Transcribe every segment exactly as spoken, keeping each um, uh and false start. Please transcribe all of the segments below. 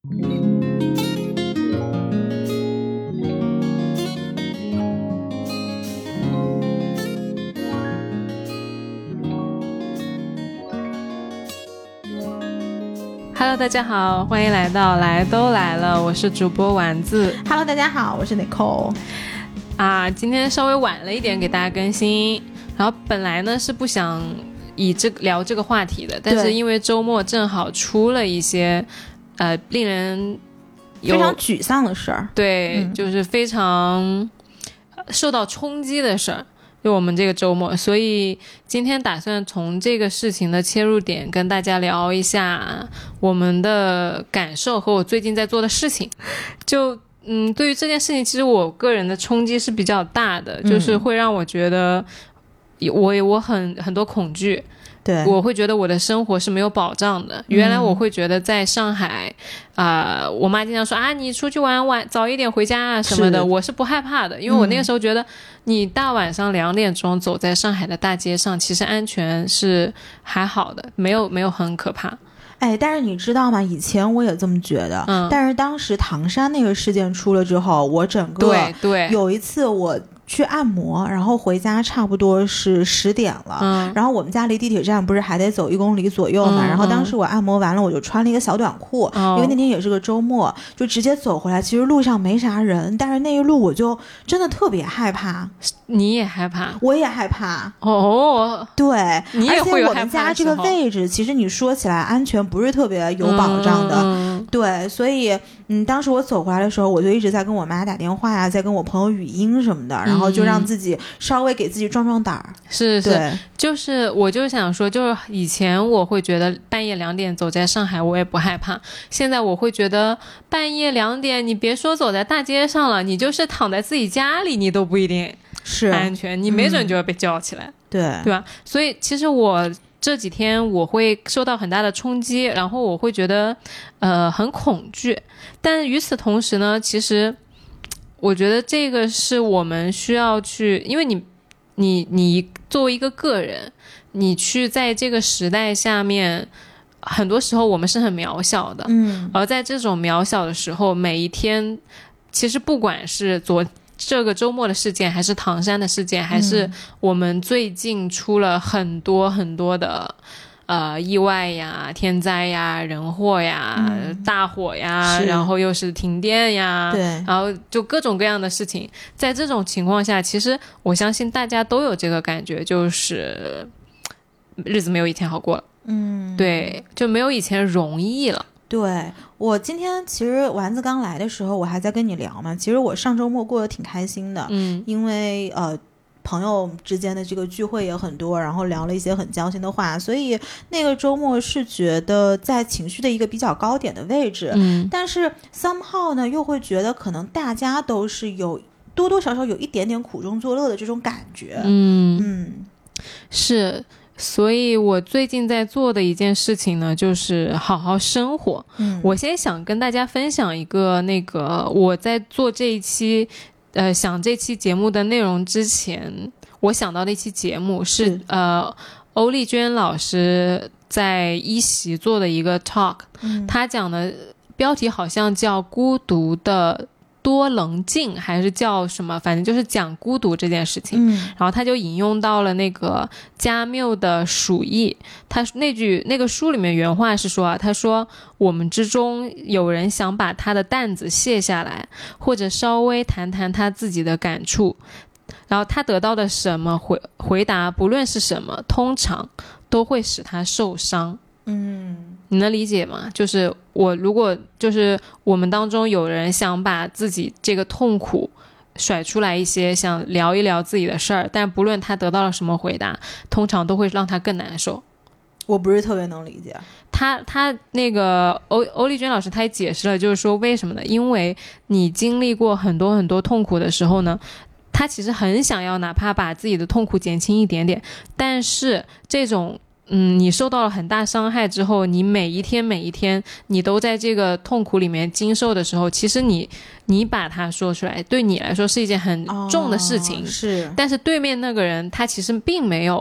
Hello， 大家好，欢迎来到来都来了，我是主播丸子。 Hello， 大家好，我是 Nicole。 啊，今天稍微晚了一点给大家更新，然后本来呢是不想以这聊这个话题的，但是因为周末正好出了一些呃令人非常沮丧的事儿， 对、 嗯， 就是非常受到冲击的事儿。就我们这个周末，所以今天打算从这个事情的切入点跟大家聊一下我们的感受和我最近在做的事情。就嗯，对于这件事情，其实我个人的冲击是比较大的，就是会让我觉得我我很很多恐惧。 对， 我会觉得我的生活是没有保障的。原来我会觉得在上海啊、呃，我妈经常说啊，你出去玩晚早一点回家啊什么的，我是不害怕的，因为我那个时候觉得你大晚上两点钟走在上海的大街上，其实安全是还好的，没有没有很可怕。 哎，但是你知道吗？以前我也这么觉得，嗯，但是当时唐山那个事件出了之后，我整个对对， 有一次我去按摩，然后回家差不多是十点了、嗯、然后我们家离地铁站不是还得走一公里左右嘛、嗯、然后当时我按摩完了我就穿了一个小短裤、嗯、因为那天也是个周末，就直接走回来，其实路上没啥人，但是那一路我就真的特别害怕。 你也害怕？我也害怕哦。 对， 你也会有害怕的时候。而且我们家这个位置其实你说起来安全不是特别有保障的、嗯嗯、对，所以嗯，当时我走回来的时候我就一直在跟我妈打电话呀，在跟我朋友语音什么的，然后就让自己稍微给自己壮壮胆儿、嗯、 是是，就是我就想说，就是以前我会觉得半夜两点走在上海我也不害怕，现在我会觉得半夜两点你别说走在大街上了，你就是躺在自己家里你都不一定是安全，你没准就要被叫起来、嗯、 对对吧？所以其实我这几天我会受到很大的冲击，然后我会觉得呃很恐惧，但与此同时呢，其实我觉得这个是我们需要去，因为你你你作为一个个人，你去在这个时代下面，很多时候我们是很渺小的， 嗯， 而在这种渺小的时候，每一天其实不管是昨这个周末的事件，还是唐山的事件，还是我们最近出了很多很多的呃意外呀、天灾呀、人祸呀、嗯、大火呀，然后又是停电呀， 对， 然后就各种各样的事情。在这种情况下，其实我相信大家都有这个感觉，就是日子没有以前好过了。 嗯， 对，就没有以前容易了。 对，我今天其实丸子刚来的时候我还在跟你聊嘛，其实我上周末过得挺开心的， 嗯， 因为呃朋友之间的这个聚会也很多，然后聊了一些很交心的话，所以那个周末是觉得在情绪的一个比较高点的位置， 嗯， 但是 somehow 呢又会觉得可能大家都是有多多少少有一点点苦中作乐的这种感觉， 嗯嗯， 是。所以我最近在做的一件事情呢，就是好好生活。 嗯， 我先想跟大家分享一个那个我在做这一期呃想这期节目的内容之前，我想到的一期节目是, 是呃欧丽娟老师在一席做的一个 talk， 嗯， 他讲的标题好像叫孤独的多棱镜，还是叫什么，反正就是讲孤独这件事情， 嗯， 然后他就引用到了那个加缪的《鼠疫》，他那句那个书里面原话是说，他说我们之中有人想把他的担子卸下来，或者稍微谈谈他自己的感触，然后他得到的什么回回答，不论是什么，通常都会使他受伤。 嗯， 你能理解吗？就是我如果就是我们当中有人想把自己这个痛苦甩出来一些，想聊一聊自己的事儿，但不论他得到了什么回答，通常都会让他更难受。 我不是特别能理解他他那个欧欧丽娟老师他也解释了，就是说为什么呢？因为你经历过很多很多痛苦的时候呢，他其实很想要哪怕把自己的痛苦减轻一点点，但是这种嗯，你受到了很大伤害之后，你每一天每一天你都在这个痛苦里面经受的时候，其实你你把它说出来对你来说是一件很重的事情、 哦、是， 但是对面那个人他其实并没有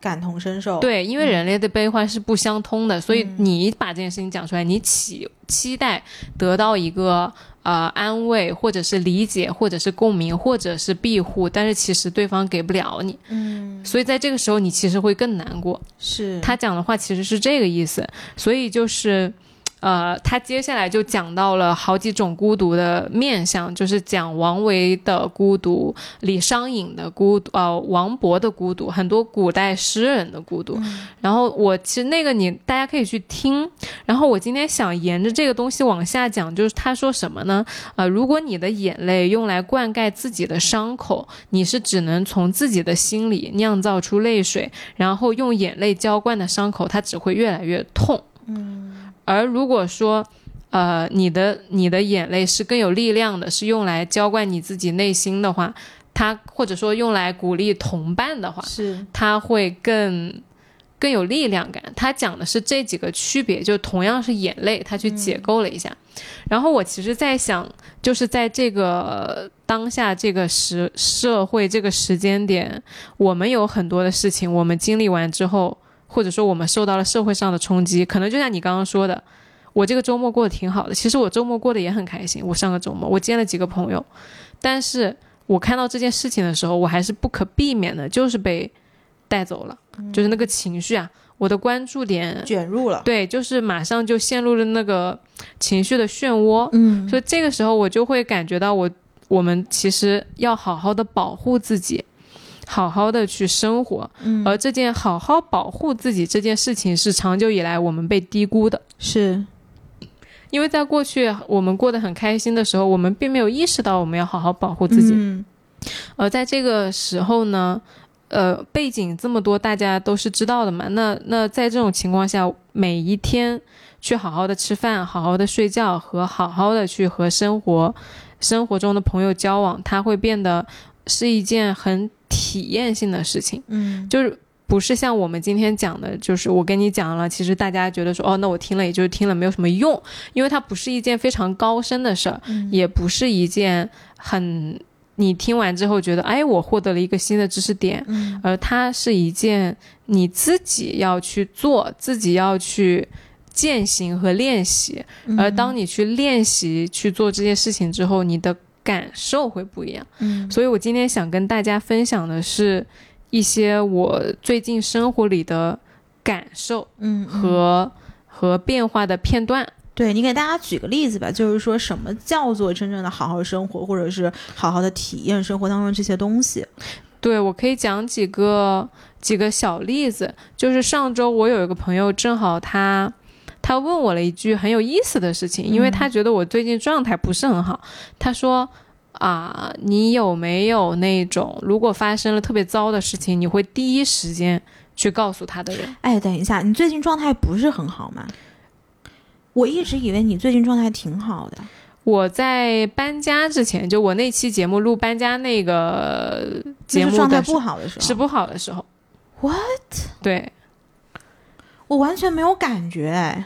感同身受。 对，因为人类的悲欢是不相通的、嗯、所以你把这件事情讲出来，你期期待得到一个呃安慰，或者是理解，或者是共鸣，或者是庇护，但是其实对方给不了你， 嗯， 所以在这个时候你其实会更难过。 是他讲的话其实是这个意思，所以就是呃，他接下来就讲到了好几种孤独的面向，就是讲王维的孤独，李商隐的孤独，呃，王勃的孤独，很多古代诗人的孤独、嗯、然后我其实那个你大家可以去听，然后我今天想沿着这个东西往下讲，就是他说什么呢？呃，如果你的眼泪用来灌溉自己的伤口，你是只能从自己的心里酿造出泪水，然后用眼泪浇灌的伤口它只会越来越痛。 嗯， 而如果说呃，你的你的眼泪是更有力量的，是用来浇灌你自己内心的话，它或者说用来鼓励同伴的话， 是它会更更有力量感。他讲的是这几个区别，就同样是眼泪，他去解构了一下、嗯、然后我其实在想，就是在这个当下这个时社会这个时间点，我们有很多的事情我们经历完之后，或者说我们受到了社会上的冲击，可能就像你刚刚说的，我这个周末过得挺好的，其实我周末过得也很开心，我上个周末我见了几个朋友，但是我看到这件事情的时候，我还是不可避免的就是被带走了、嗯、就是那个情绪啊，我的关注点卷入了， 对，就是马上就陷入了那个情绪的漩涡。 嗯， 所以这个时候我就会感觉到我我们其实要好好的保护自己，好好的去生活、嗯、而这件好好保护自己这件事情是长久以来我们被低估的。 是因为在过去我们过得很开心的时候，我们并没有意识到我们要好好保护自己、嗯、而在这个时候呢，呃，背景这么多大家都是知道的嘛，那那在这种情况下，每一天去好好的吃饭，好好的睡觉，和好好的去和生活生活中的朋友交往，它会变得是一件很体验性的事情。 嗯， 就是不是像我们今天讲的，就是我跟你讲了，其实大家觉得说哦，那我听了也就是听了，没有什么用，因为它不是一件非常高深的事儿、嗯、也不是一件很你听完之后觉得哎，我获得了一个新的知识点、嗯、而它是一件你自己要去做，自己要去践行和练习、嗯、而当你去练习去做这件事情之后，你的感受会不一样、嗯、所以我今天想跟大家分享的是一些我最近生活里的感受嗯和、嗯、和变化的片段。 对，你给大家举个例子吧，就是说什么叫做真正的好好生活，或者是好好的体验生活当中这些东西。 对，我可以讲几个几个小例子。就是上周我有一个朋友，正好他他问我了一句很有意思的事情，因为他觉得我最近状态不是很好、嗯、他说啊，你有没有那种如果发生了特别糟的事情，你会第一时间去告诉他的人？ 哎，等一下，你最近状态不是很好吗？我一直以为你最近状态挺好的。 我在搬家之前，就我那期节目录搬家那个节目的状态不好的时候， 是不好的时候。 What？ 对， 我完全没有感觉。哎，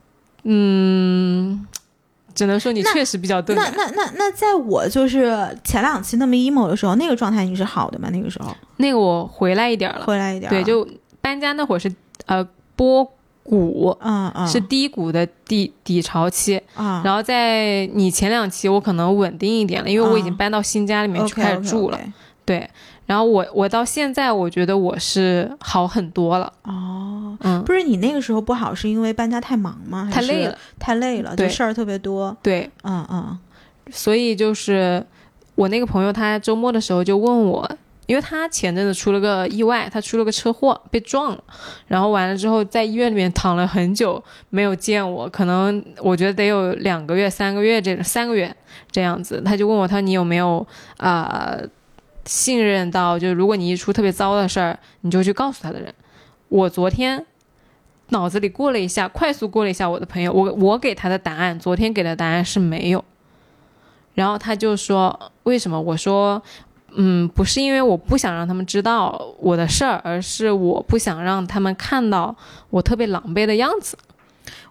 嗯，只能说你确实比较钝感。 那那那那在我就是前两期那么 emo 的时候，那个状态你是好的吗？那个时候那个我回来一点了， 回来一点。 对，就搬家那会儿是呃波谷， 嗯嗯， 是低谷的底底潮期啊、嗯。 然后在你前两期我可能稳定一点了，因为我已经搬到新家里面去开始住了。 嗯、okay, okay, okay. 对。然后我我到现在我觉得我是好很多了。 哦， 嗯， 不是你那个时候不好是因为搬家太忙吗？ 太累了， 太累了，就事儿特别多。 对， 嗯嗯， 所以就是我那个朋友他周末的时候就问我，因为他前阵子出了个意外，他出了个车祸被撞了，然后完了之后在医院里面躺了很久没有见我，可能我觉得得有两个月三个月这三个月这样子。他就问我，他你有没有啊、呃信任到就如果你一出特别糟的事儿你就去告诉他的人。我昨天脑子里过了一下，快速过了一下我的朋友，我我给他的答案，昨天给的答案是没有。然后他就说为什么？我说嗯，不是因为我不想让他们知道我的事儿，而是我不想让他们看到我特别狼狈的样子。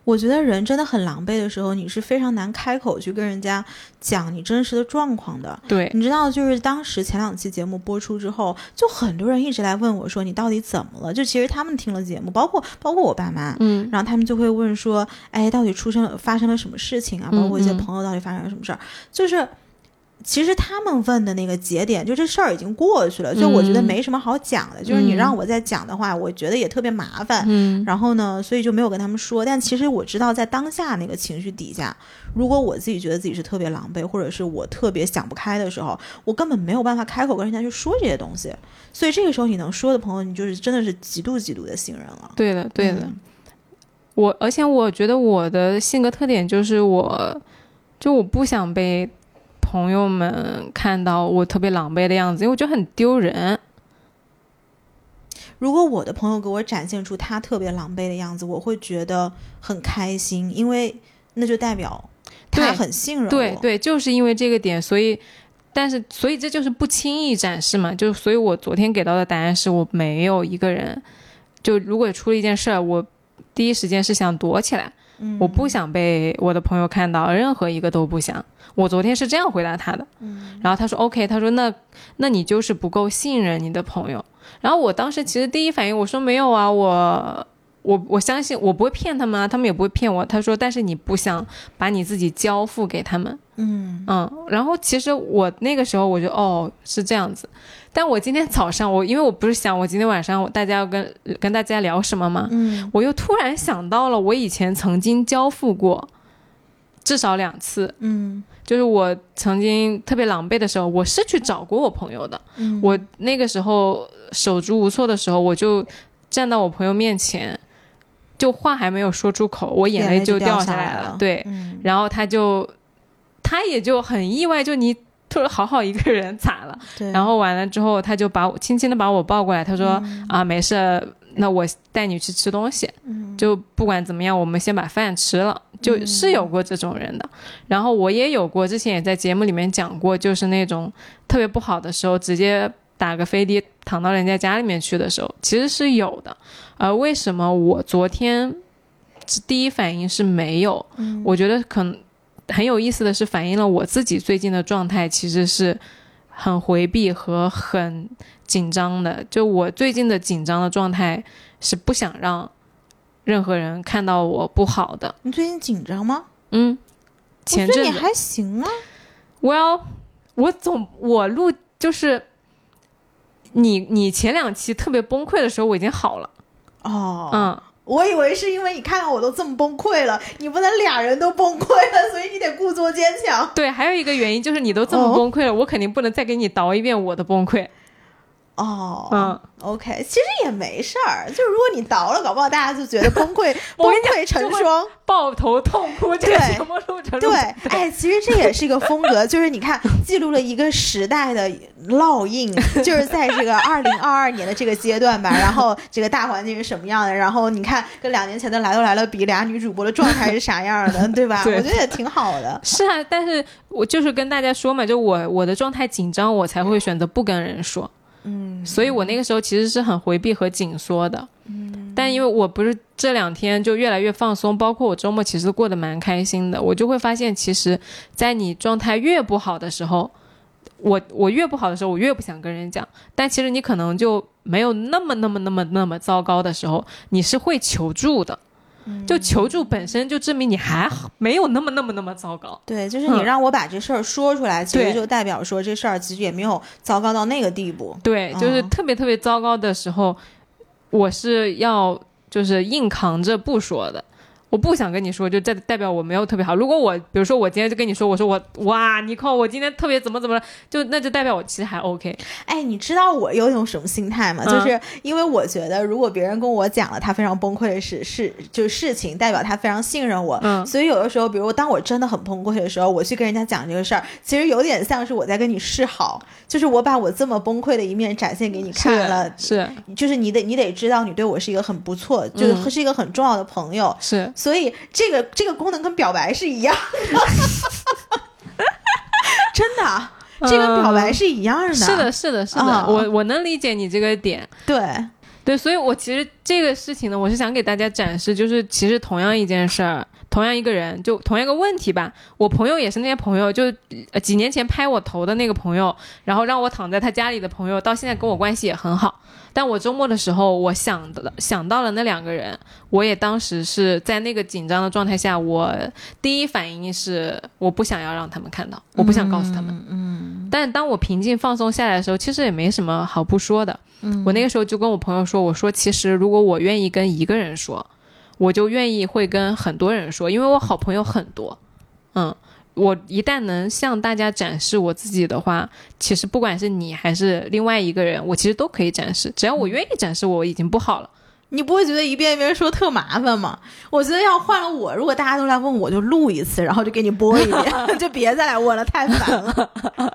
我觉得人真的很狼狈的时候，你是非常难开口去跟人家讲你真实的状况的。 对， 你知道，就是当时前两期节目播出之后，就很多人一直来问我说你到底怎么了，就其实他们听了节目，包括包括我爸妈， 嗯， 然后他们就会问说，哎，到底出生了发生了什么事情啊，包括一些朋友到底发生了什么事儿、嗯嗯、就是其实他们问的那个节点，就这事儿已经过去了，就我觉得没什么好讲的、嗯、就是你让我再讲的话我觉得也特别麻烦、嗯、然后呢所以就没有跟他们说。但其实我知道在当下那个情绪底下，如果我自己觉得自己是特别狼狈，或者是我特别想不开的时候，我根本没有办法开口跟人家去说这些东西，所以这个时候你能说的朋友，你就是真的是极度极度的信任了。 对的对的、嗯、我而且我觉得我的性格特点就是我就我不想被朋友们看到我特别狼狈的样子，因为我觉得很丢人。 如果我的朋友给我展现出他特别狼狈的样子，我会觉得很开心，因为那就代表他很信任我。 对 对, 对，就是因为这个点，所以但是所以这就是不轻易展示嘛，就所以我昨天给到的答案是我没有一个人，就如果出了一件事儿，我第一时间是想躲起来、嗯、我不想被我的朋友看到，任何一个都不想。我昨天是这样回答他的、嗯、然后他说 OK， 他说那那你就是不够信任你的朋友。然后我当时其实第一反应我说没有啊，我我我相信我不会骗他们啊，他们也不会骗我。他说但是你不想把你自己交付给他们。 嗯嗯，然后其实我那个时候我就哦是这样子，但我今天早上我因为我不是想我今天晚上大家要跟跟大家聊什么嘛， 嗯， 我又突然想到了我以前曾经交付过至少两次， 嗯， 就是我曾经特别狼狈的时候，我是去找过我朋友的、嗯、我那个时候手足无措的时候，我就站到我朋友面前，就话还没有说出口，我眼泪就掉下来了， 来了对、嗯、然后他就他也就很意外，就你突然好好一个人咋了， 对， 然后完了之后他就把我轻轻的把我抱过来，他说、嗯、啊没事，那我带你去吃东西、嗯、就不管怎么样我们先把饭吃了，就是有过这种人的、嗯、然后我也有过，之前也在节目里面讲过，就是那种特别不好的时候直接打个飞的躺到人家家里面去的时候，其实是有的。而为什么我昨天第一反应是没有、嗯、我觉得可能很有意思的是反映了我自己最近的状态其实是很回避和很紧张的。就我最近的紧张的状态是不想让任何人看到我不好的。 你最近紧张吗？ 嗯，前阵子我觉得你还行啊。 Well， 我总我录就是你你前两期特别崩溃的时候我已经好了。 哦， 嗯， 我以为是因为你看到我都这么崩溃了，你不能俩人都崩溃了，所以你得故作坚强。 对，还有一个原因就是你都这么崩溃了、哦、我肯定不能再给你倒一遍我的崩溃。 哦， 嗯 ，OK， 其实也没事儿，就如果你倒了，搞不好大家就觉得崩溃崩溃成双， 抱头痛哭。这个节目录成对，哎，其实这也是一个风格，就是你看，记录了一个时代的烙印，就是在这个二零二二年的这个阶段吧，然后这个大环境是什么样的，然后你看跟两年前的来都来了比，俩女主播的状态是啥样的，对吧？ 对， 我觉得也挺好的。 是啊，但是我就是跟大家说嘛，就我我的状态紧张，我才会选择不跟人说。 嗯， 所以我那个时候其实是很回避和紧缩的。嗯，但因为我不是这两天就越来越放松，包括我周末其实过得蛮开心的，我就会发现其实在你状态越不好的时候，我我越不好的时候我越不想跟人讲，但其实你可能就没有那么那么那么那么糟糕的时候，你是会求助的。就求助本身就证明你还没有那么那么那么糟糕。 对，就是你让我把这事儿说出来、嗯、其实就代表说这事儿其实也没有糟糕到那个地步。 对，就是特别特别糟糕的时候、嗯、我是要就是硬扛着不说的。我不想跟你说就代代表我没有特别好，如果我比如说我今天就跟你说，我说我哇你靠我今天特别怎么怎么了，就那就代表我其实还 OK。 哎，你知道我有一种什么心态吗、嗯、就是因为我觉得如果别人跟我讲了他非常崩溃的事事就是事情，代表他非常信任我、嗯、所以有的时候比如当我真的很崩溃的时候，我去跟人家讲这个事儿，其实有点像是我在跟你示好，就是我把我这么崩溃的一面展现给你看了， 是就是你得你得知道你对我是一个很不错、嗯、就是是一个很重要的朋友， 是， 所以这个这个功能跟表白是一样的真的，这跟表白是一样的、嗯、 是的是的是的、嗯、我我能理解你这个点。 对， 对，所以我其实这个事情呢，我是想给大家展示，就是其实同样一件事儿，同样一个人，就同样一个问题吧。我朋友也是那些朋友，就呃几年前拍我头的那个朋友，然后让我躺在他家里的朋友，到现在跟我关系也很好。但我周末的时候，我想的想到了那两个人，我也当时是在那个紧张的状态下，我第一反应是我不想要让他们看到，我不想告诉他们。嗯，嗯但当我平静放松下来的时候，其实也没什么好不说的。嗯，我那个时候就跟我朋友说，我说其实如果我愿意跟一个人说，我就愿意会跟很多人说，因为我好朋友很多。嗯。我一旦能向大家展示我自己的话，其实不管是你还是另外一个人，我其实都可以展示，只要我愿意展示，我已经不好了。 你不会觉得一遍一遍说特麻烦吗？我觉得要换了我，如果大家都来问我，就录一次，然后就给你播一遍，就别再来问了，太烦了。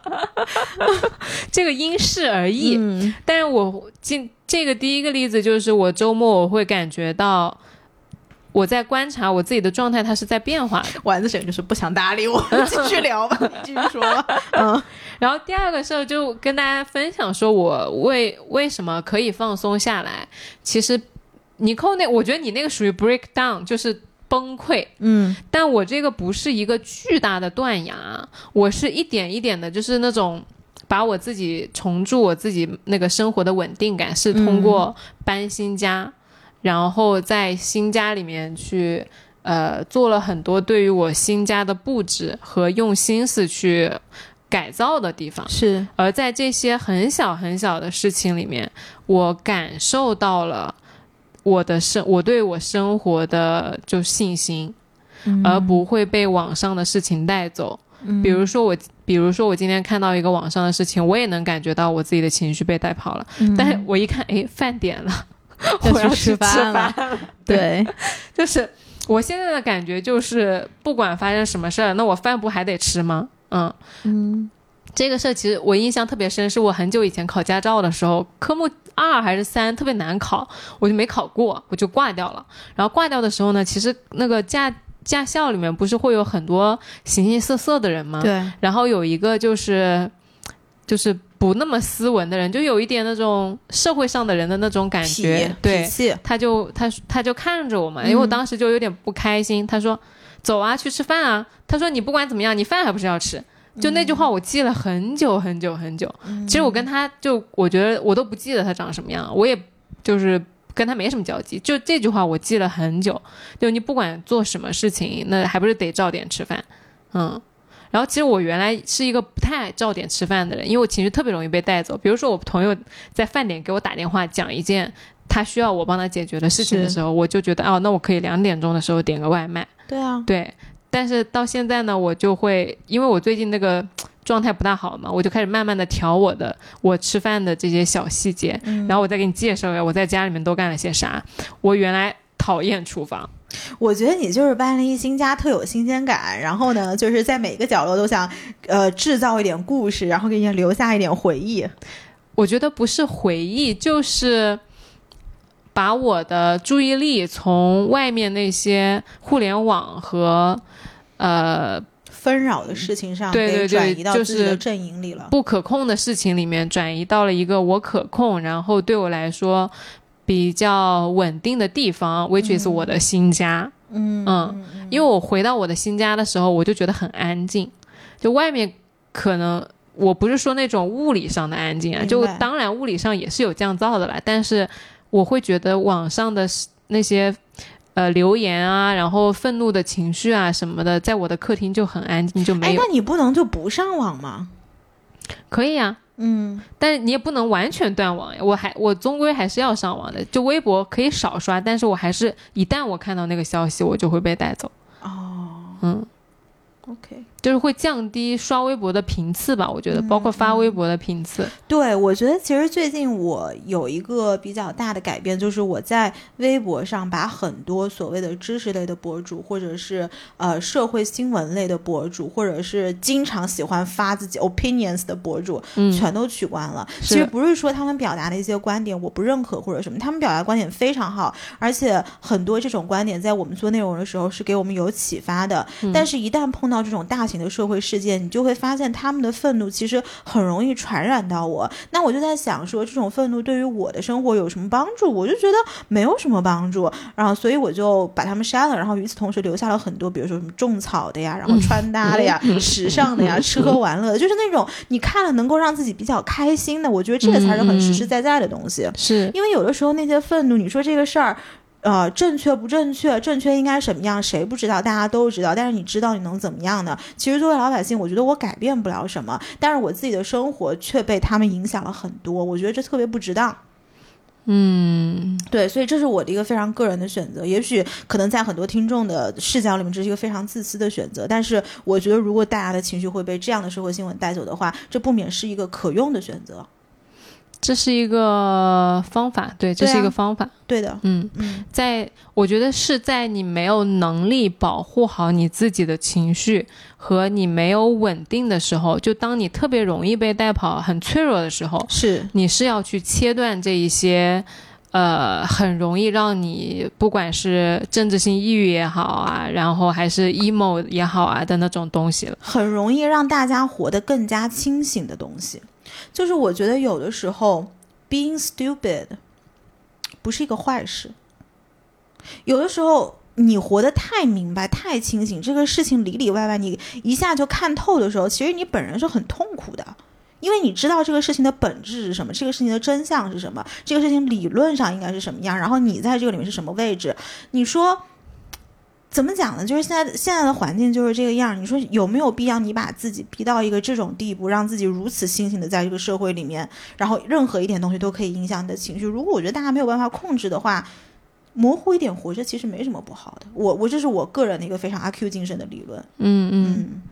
这个因事而异。嗯，但是我今这个第一个例子就是我周末我会感觉到我在观察我自己的状态，它是在变化的。 丸子婶就是不想搭理我，继续聊吧，你继续说吧。嗯， 然后第二个事儿就跟大家分享说，我为为什么可以放松下来。其实尼寇那，我觉得你那个属于 break down， 就是崩溃。嗯，但我这个不是一个巨大的断崖，我是一点一点的，就是那种把我自己重铸我自己那个生活的稳定感，是通过搬新家。嗯，然后在新家里面去呃做了很多对于我新家的布置和用心思去改造的地方。 是， 而在这些很小很小的事情里面，我感受到了我的生我对我生活的就信心。嗯，而不会被网上的事情带走。嗯，比如说我比如说我今天看到一个网上的事情，我也能感觉到我自己的情绪被带跑了。嗯，但是我一看，诶，饭点了，我要去吃饭了。 对， 就是我现在的感觉就是，不管发生什么事儿，那我饭不还得吃吗？嗯嗯，这个事儿其实我印象特别深，是我很久以前考驾照的时候，科目二还是三特别难考，我就没考过，我就挂掉了。然后挂掉的时候呢，其实那个驾驾校里面不是会有很多形形色色的人吗？ 对。 然后有一个就是就是不那么斯文的人，就有一点那种社会上的人的那种感觉。对，他就他他就看着我嘛，因为我当时就有点不开心。嗯，他说走啊，去吃饭啊。他说你不管怎么样，你饭还不是要吃。就那句话我记了很久很久很久。嗯，其实我跟他就我觉得我都不记得他长什么样，我也就是跟他没什么交集，就这句话我记了很久。就你不管做什么事情，那还不是得照点吃饭。嗯，然后其实我原来是一个不太爱照点吃饭的人，因为我情绪特别容易被带走。比如说我朋友在饭点给我打电话讲一件他需要我帮他解决的事情的时候，我就觉得哦，那我可以两点钟的时候点个外卖。 对啊， 对。但是到现在呢，我就会因为我最近那个状态不大好嘛，我就开始慢慢的调我的我吃饭的这些小细节。嗯，然后我再给你介绍一下我在家里面都干了些啥。我原来讨厌厨房。 我觉得你就是搬了一新家，特有新鲜感，然后呢就是在每个角落都想呃制造一点故事，然后给你留下一点回忆。 我觉得不是回忆，就是把我的注意力从外面那些互联网和呃纷扰的事情上给转移到自己的阵营里了， 不可控的事情里面转移到了一个我可控，然后对我来说比较稳定的地方， which is 我的新家。嗯嗯，因为我回到我的新家的时候，我就觉得很安静。就外面可能我不是说那种物理上的安静啊，就当然物理上也是有降噪的啦，但是我会觉得网上的那些呃留言啊，然后愤怒的情绪啊什么的，在我的客厅就很安静，就没有。 哎，那你不能就不上网吗？ 可以啊。嗯，但是你也不能完全断网呀，我还我终归还是要上网的。就微博可以少刷，但是我还是一旦我看到那个消息，我就会被带走。哦，嗯 ，OK。 就是会降低刷微博的频次吧，我觉得，包括发微博的频次。 嗯、对，我觉得其实最近我有一个比较大的改变，就是我在微博上把很多所谓的知识类的博主，或者是呃社会新闻类的博主，或者是经常喜欢发自己 opinions 的博主，嗯、全都取关了。其实不是说他们表达的一些观点我不认可或者什么，他们表达的观点非常好，而且很多这种观点在我们做内容的时候是给我们有启发的。嗯、但是一旦碰到这种大型的社会事件，你就会发现他们的愤怒其实很容易传染到我。那我就在想说，这种愤怒对于我的生活有什么帮助？我就觉得没有什么帮助，然后所以我就把他们删了，然后与此同时留下了很多，比如说什么种草的呀，然后穿搭的呀、嗯、时尚的呀、吃喝玩乐的，就是那种你看了能够让自己比较开心的，我觉得这个才是很实实在在的东西。 嗯、是因为有的时候那些愤怒，你说这个事儿呃，正确不正确，正确应该什么样，谁不知道，大家都知道，但是你知道你能怎么样呢？其实作为老百姓，我觉得我改变不了什么，但是我自己的生活却被他们影响了很多，我觉得这特别不值当。 嗯， 对，所以这是我的一个非常个人的选择，也许可能在很多听众的视角里面这是一个非常自私的选择，但是我觉得如果大家的情绪会被这样的社会新闻带走的话，这不免是一个可用的选择。 这是一个方法，对，这是一个方法， 对的， 嗯嗯，在我觉得是在你没有能力保护好你自己的情绪和你没有稳定的时候，就当你特别容易被带跑、很脆弱的时候， 是你是要去切断这一些，呃，很容易让你不管是政治性抑郁也好啊，然后还是 emo 也好啊的那种东西了， 很容易让大家活得更加清醒的东西。就是我觉得有的时候 being stupid 不是一个坏事，有的时候你活得太明白太清醒，这个事情里里外外你一下就看透的时候，其实你本人是很痛苦的，因为你知道这个事情的本质是什么，这个事情的真相是什么，这个事情理论上应该是什么样，然后你在这个里面是什么位置。你说怎么讲呢，就是现在现在的环境就是这个样，你说有没有必要你把自己逼到一个这种地步，让自己如此清醒的在这个社会里面，然后任何一点东西都可以影响你的情绪。如果我觉得大家没有办法控制的话，模糊一点活着其实没什么不好的。我我这是我个人的一个非常阿 Q 精神的理论。 嗯嗯嗯，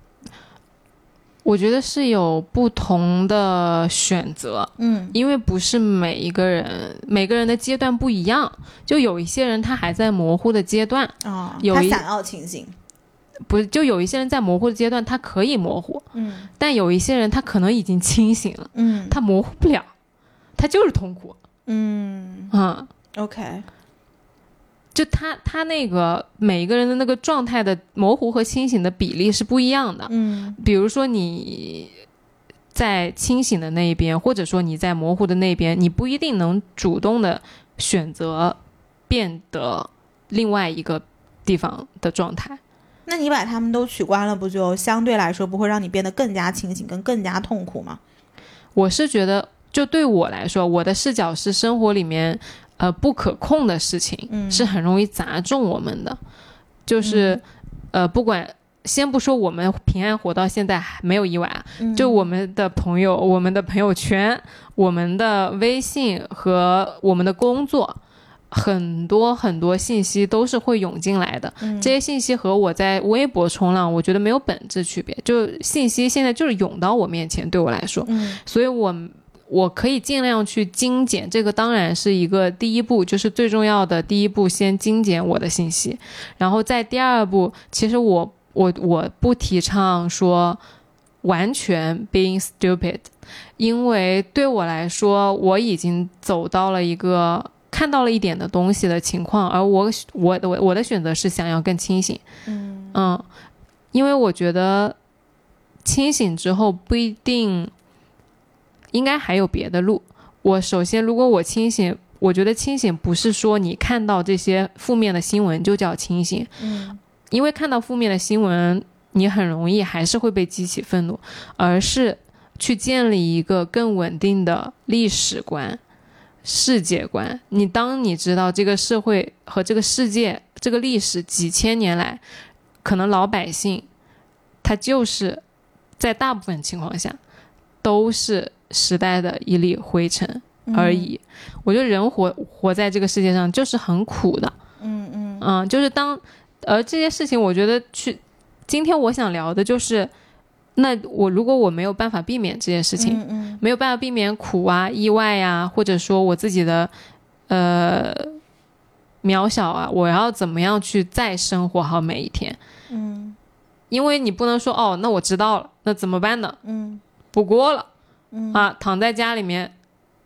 我觉得是有不同的选择， 嗯， 因为不是每一个人每个人的阶段不一样，就有一些人他还在模糊的阶段啊、哦， 有他想要清醒， 不是，就有一些人在模糊的阶段他可以模糊， 嗯， 但有一些人他可能已经清醒了， 嗯， 他模糊不了，他就是痛苦， 嗯啊、 嗯、，OK。 就他他那个每一个人的那个状态的模糊和清醒的比例是不一样的。 嗯， 比如说你在清醒的那一边，或者说你在模糊的那边，你不一定能主动的选择变得另外一个地方的状态。 那你把他们都取关了，不就相对来说不会让你变得更加清醒跟更加痛苦吗？ 我是觉得就对我来说，我的视角是生活里面呃，不可控的事情、嗯、是很容易砸中我们的，就是、嗯、呃，不管先不说我们平安活到现在还没有意外、嗯、就我们的朋友、我们的朋友圈、我们的微信和我们的工作，很多很多信息都是会涌进来的、嗯、这些信息和我在微博冲浪我觉得没有本质区别，就信息现在就是涌到我面前，对我来说、嗯、所以我我可以尽量去精简，这个当然是一个第一步，就是最重要的第一步，先精简我的信息，然后在第二步，其实我我我不提倡说完全 being stupid， 因为对我来说，我已经走到了一个看到了一点的东西的情况，而我我的我的选择是想要更清醒， 嗯嗯，因为我觉得清醒之后不一定。应该还有别的路。我首先如果我清醒，我觉得清醒不是说你看到这些负面的新闻就叫清醒、 嗯、 因为看到负面的新闻你很容易还是会被激起愤怒，而是去建立一个更稳定的历史观、世界观。你当你知道这个社会和这个世界这个历史几千年来，可能老百姓他就是在大部分情况下都是时代的一粒灰尘而已、嗯、我觉得人活活在这个世界上就是很苦的， 嗯嗯嗯，就是当而这些事情我觉得去今天我想聊的就是那我如果我没有办法避免这些事情、 嗯嗯、 没有办法避免苦啊意外啊，或者说我自己的呃渺小啊，我要怎么样去再生活好每一天， 嗯， 因为你不能说哦那我知道了那怎么办呢， 嗯， 不过了嗯啊，躺在家里面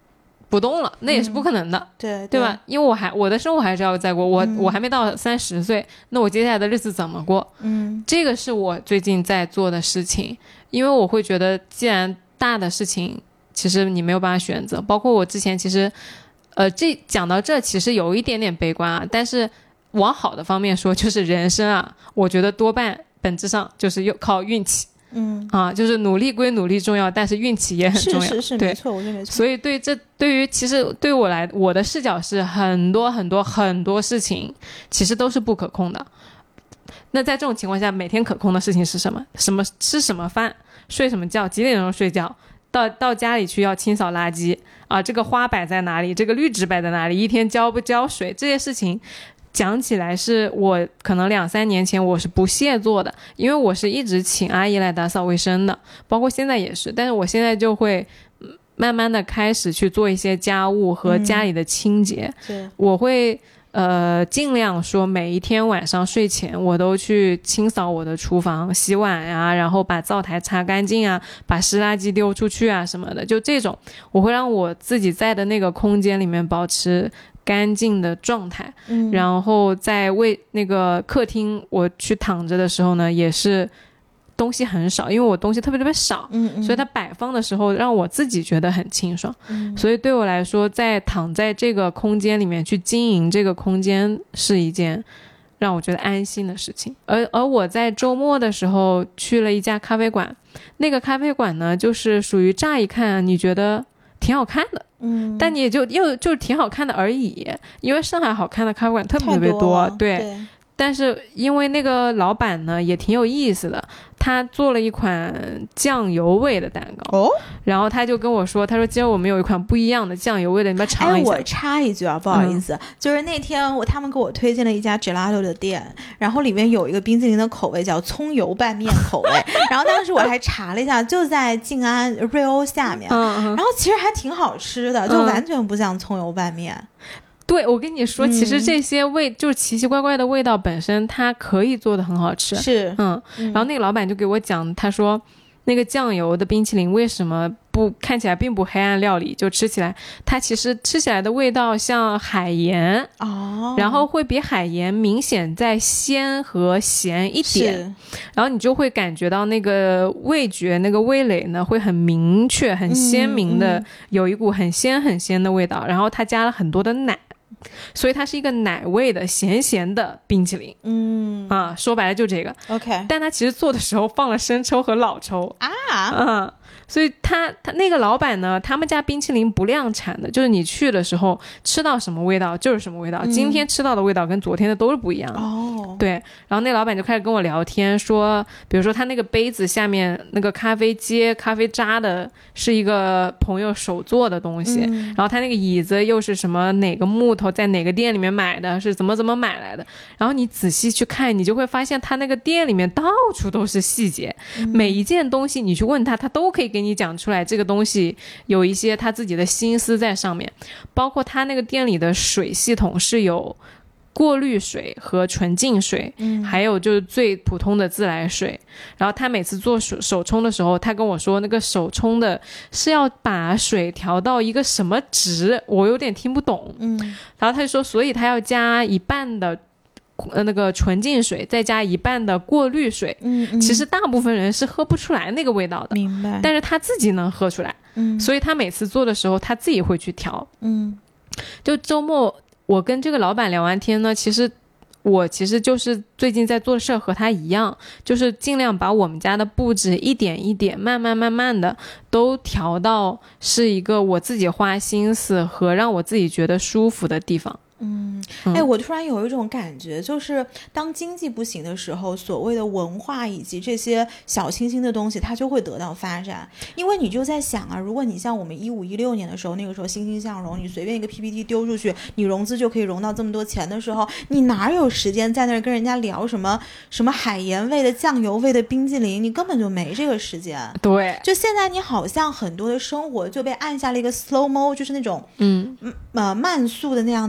不动了，那也是不可能的， 嗯、对对吧？因为我还我的生活还是要再过，我、嗯、我还没到三十岁，那我接下来的日子怎么过？ 嗯， 这个是我最近在做的事情，因为我会觉得，既然大的事情其实你没有办法选择，包括我之前其实，呃，这讲到这其实有一点点悲观啊，但是往好的方面说，就是人生啊，我觉得多半本质上就是又靠运气。 嗯啊，就是努力归努力重要，但是运气也很重要。 是是是， 对， 没错，我觉得没错。 所以对这对于其实对我来，我的视角是很多很多很多事情其实都是不可控的。那在这种情况下，每天可控的事情是什么？什么吃什么饭，睡什么觉，几点钟睡觉，到到家里去要清扫垃圾啊，这个花摆在哪里，这个绿植摆在哪里，一天浇不浇水，这些事情。讲起来是我可能两三年前我是不屑做的，因为我是一直请阿姨来打扫卫生的，包括现在也是，但是我现在就会慢慢的开始去做一些家务和家里的清洁、 嗯、 我会呃尽量说每一天晚上睡前我都去清扫我的厨房，洗碗啊，然后把灶台擦干净啊，把湿垃圾丢出去啊什么的，就这种我会让我自己在的那个空间里面保持干净的状态、 嗯、 然后在为那个客厅我去躺着的时候呢，也是东西很少，因为我东西特别特别少、 嗯嗯、 所以它摆放的时候让我自己觉得很清爽、 嗯、 所以对我来说在躺在这个空间里面去经营这个空间是一件让我觉得安心的事情。而而我在周末的时候去了一家咖啡馆，那个咖啡馆呢就是属于乍一看你觉得挺好看的， 嗯， 但你也就又就挺好看的而已，因为上海好看的咖啡馆特别特别多，对。 对， 但是因为那个老板呢也挺有意思的，他做了一款酱油味的蛋糕哦， 然后他就跟我说，他说今儿我们有一款不一样的酱油味的，你们尝一下。 哎，我插一句啊，不好意思，嗯、就是那天我他们给我推荐了一家 gelato 的店，然后里面有一个冰淇淋的口味叫葱油拌面口味，然后当时我还查了一下，就在静安瑞欧下面， 嗯嗯、 然后其实还挺好吃的，就完全不像葱油拌面。 嗯对，我跟你说，其实这些味、嗯、就是奇奇怪怪的味道本身它可以做的很好吃， 是， 嗯，然后那个老板就给我讲，他说那个酱油的冰淇淋为什么不看起来并不黑暗料理，就吃起来它其实吃起来的味道像海盐哦， 然后会比海盐明显在鲜和咸一点，然后你就会感觉到那个味觉那个味蕾呢会很明确很鲜明的、嗯、有一股很鲜很鲜的味道，然后它加了很多的奶，所以它是一个奶味的咸咸的冰淇淋， 嗯啊，说白了就这个 OK， 但它其实做的时候放了生抽和老抽啊， 嗯，所以他他那个老板呢，他们家冰淇淋不量产的，就是你去的时候吃到什么味道就是什么味道、嗯、今天吃到的味道跟昨天的都是不一样的哦。 对，然后那老板就开始跟我聊天说，比如说他那个杯子下面那个咖啡接咖啡渣的是一个朋友手做的东西、嗯、然后他那个椅子又是什么哪个木头在哪个店里面买的，是怎么怎么买来的，然后你仔细去看你就会发现他那个店里面到处都是细节、嗯、每一件东西你去问他他都可以给你讲出来这个东西有一些他自己的心思在上面，包括他那个店里的水系统是有过滤水和纯净水、嗯、还有就是最普通的自来水，然后他每次做手手冲的时候他跟我说那个手冲的是要把水调到一个什么值我有点听不懂， 嗯， 然后他就说所以他要加一半的呃，那个纯净水再加一半的过滤水， 嗯嗯， 其实大部分人是喝不出来那个味道的， 明白， 但是他自己能喝出来， 嗯， 所以他每次做的时候他自己会去调， 嗯， 就周末我跟这个老板聊完天呢，其实我其实就是最近在做事和他一样，就是尽量把我们家的布置一点一点慢慢慢慢的都调到是一个我自己花心思和让我自己觉得舒服的地方。 嗯，哎，我突然有一种感觉，就是当经济不行的时候，所谓的文化以及这些小清新的东西它就会得到发展。因为你就在想啊，如果你像我们一五一六年的时候，那个时候欣欣向荣，你随便一个 P P T 丢出去，你融资就可以融到这么多钱的时候，你哪有时间在那儿跟人家聊什么什么海盐味的酱油味的冰激凌，你根本就没这个时间。 对， 就现在你好像很多的生活就被按下了一个 slow mo， 就是那种嗯呃慢速的那样的一个键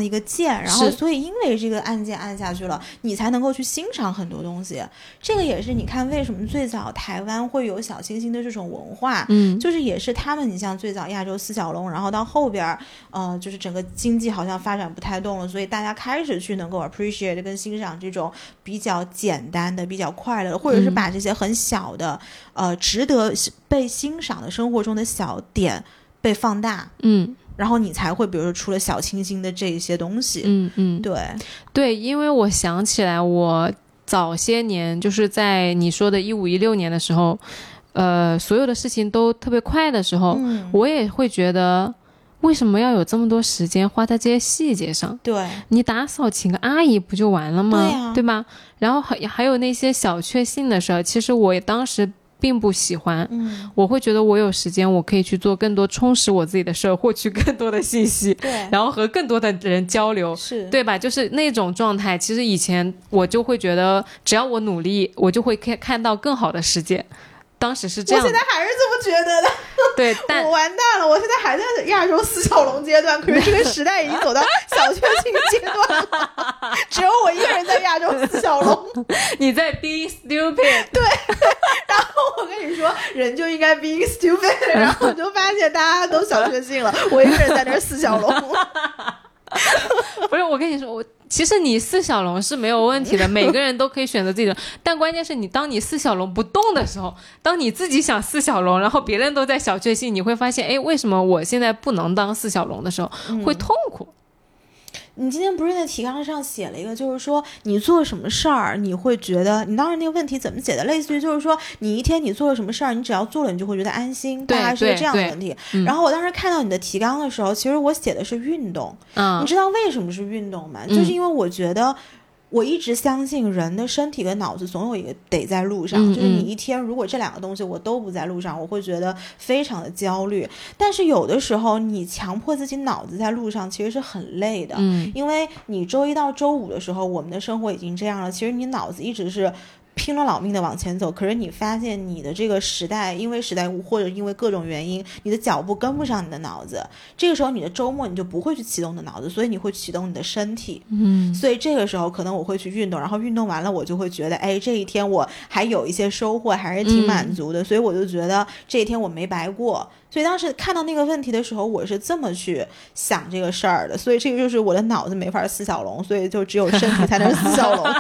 键，然后所以因为这个按键按下去了，你才能够去欣赏很多东西。这个也是你看为什么最早台湾会有小清新的这种文化， 嗯， 就是也是他们，你像最早亚洲四小龙，然后到后边呃，就是整个经济好像发展不太动了，所以大家开始去能够 appreciate 跟欣赏这种比较简单的比较快乐的，或者是把这些很小的、嗯、呃值得被欣赏的生活中的小点被放大， 嗯， 然后你才会比如说出了小清新的这一些东西。 嗯嗯， 对对，因为我想起来我早些年就是在你说的一五一六年的时候，呃，所有的事情都特别快的时候、嗯、我也会觉得为什么要有这么多时间花在这些细节上？ 对， 你打扫请个阿姨不就完了吗？ 对啊， 对吧？然后还还有那些小确幸的事儿，其实我当时并不喜欢、嗯、我会觉得我有时间我可以去做更多充实我自己的事儿，获取更多的信息， 对， 然后和更多的人交流， 是对吧？就是那种状态，其实以前我就会觉得只要我努力我就会看看到更好的世界，当时是这样。 我现在还是这么觉得的。 对，但我完蛋了，我现在还在亚洲四小龙阶段，可是这个时代已经走到小确幸阶段了，只有我一个人在亚洲四小龙。 你在 being stupid。 对，然后我跟你说人就应该 being stupid， 然后我就发现大家都小确幸了，我一个人在那四小龙。 不是，我跟你说，我其实你四小龙是没有问题的，每个人都可以选择自己的，但关键是你当你四小龙不动的时候，当你自己想四小龙，然后别人都在小确幸，你会发现，哎，为什么我现在不能当四小龙的时候、嗯、会痛苦。 你今天不是在提纲上写了一个，就是说你做什么事儿你会觉得，你当时那个问题怎么写的，类似于就是说你一天你做了什么事儿，你只要做了你就会觉得安心，大概是个这样的问题、嗯、然后我当时看到你的提纲的时候，其实我写的是运动、嗯、你知道为什么是运动吗、嗯、就是因为我觉得我一直相信人的身体跟脑子总有一个得在路上、嗯、就是你一天如果这两个东西我都不在路上，我会觉得非常的焦虑。但是有的时候你强迫自己脑子在路上其实是很累的、嗯、因为你周一到周五的时候我们的生活已经这样了，其实你脑子一直是拼了老命的往前走，可是你发现你的这个时代因为时代或者因为各种原因你的脚步跟不上你的脑子，这个时候你的周末你就不会去启动你的脑子，所以你会启动你的身体。嗯，所以这个时候可能我会去运动，然后运动完了我就会觉得哎，这一天我还有一些收获，还是挺满足的、嗯、所以我就觉得这一天我没白过。所以当时看到那个问题的时候我是这么去想这个事儿的，所以这个就是我的脑子没法四小龙，所以就只有身体才能四小龙。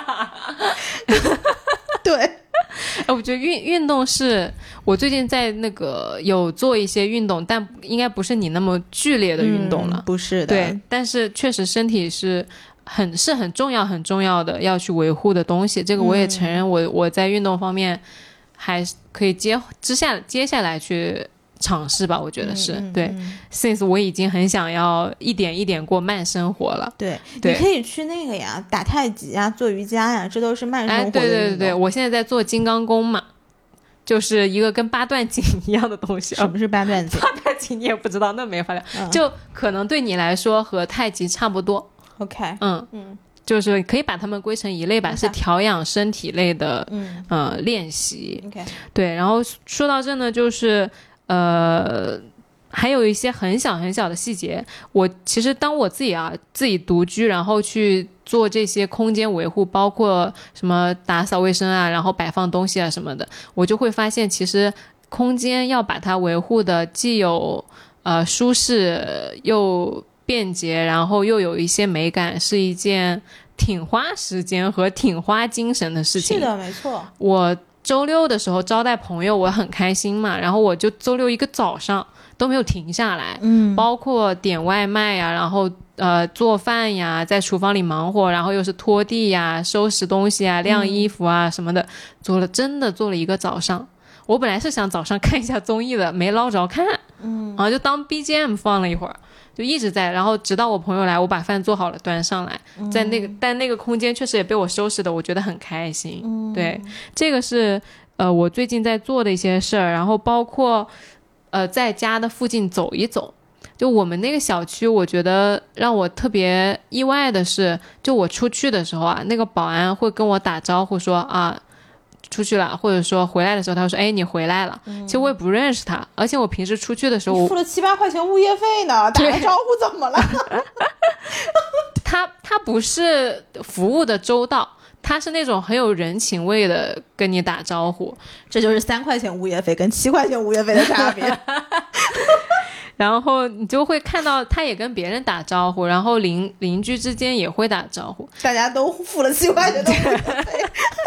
对， 我觉得运运动是我最近在那个有做一些运动，但应该不是你那么剧烈的运动了、 嗯、不是的。 对，但是确实身体是很是很重要很重要的要去维护的东西，这个我也承认我、嗯、我在运动方面还可以接之下接下来去尝试吧，我觉得是、嗯、对、嗯、since 我已经很想要一点一点过慢生活了。 对, 对，你可以去那个呀，打太极啊，做瑜伽呀，这都是慢生活的运动、哎、对对对对，我现在在做金刚功嘛，就是一个跟八段锦一样的东西。 什么是八段锦？ 八段锦你也不知道，那没法聊、嗯、就可能对你来说和太极差不多。 OK， 嗯嗯，就是可以把它们归成一类吧， okay. 是调养身体类的嗯呃练习。 OK， 对，然后说到这呢，就是呃，还有一些很小很小的细节。我其实当我自己啊自己独居，然后去做这些空间维护，包括什么打扫卫生啊，然后摆放东西啊什么的，我就会发现，其实空间要把它维护的既有呃舒适又便捷，然后又有一些美感，是一件挺花时间和挺花精神的事情。 是的，没错。 我周六的时候招待朋友我很开心嘛，然后我就周六一个早上都没有停下来，嗯，包括点外卖呀，然后呃做饭呀，在厨房里忙活，然后又是拖地呀，收拾东西啊，晾衣服啊什么的、嗯、做了真的做了一个早上。我本来是想早上看一下综艺的，没捞着看，嗯，然后就当 B G M 放了一会儿，就一直在，然后直到我朋友来，我把饭做好了端上来，嗯、在那个但那个空间确实也被我收拾的，我觉得很开心。嗯、对，这个是呃我最近在做的一些事儿，然后包括呃在家的附近走一走。就我们那个小区，我觉得让我特别意外的是，就我出去的时候啊，那个保安会跟我打招呼说啊出去了，或者说回来的时候他会说哎你回来了、嗯、其实我也不认识他，而且我平时出去的时候你付了七八块钱物业费呢，打个招呼怎么了？ 他他不是服务的周到，他是那种很有人情味的跟你打招呼。 这就是三块钱物业费跟七块钱物业费的差别。 然后你就会看到他也跟别人打招呼，然后邻邻居之间也会打招呼， 大家都付了七块钱的物业费。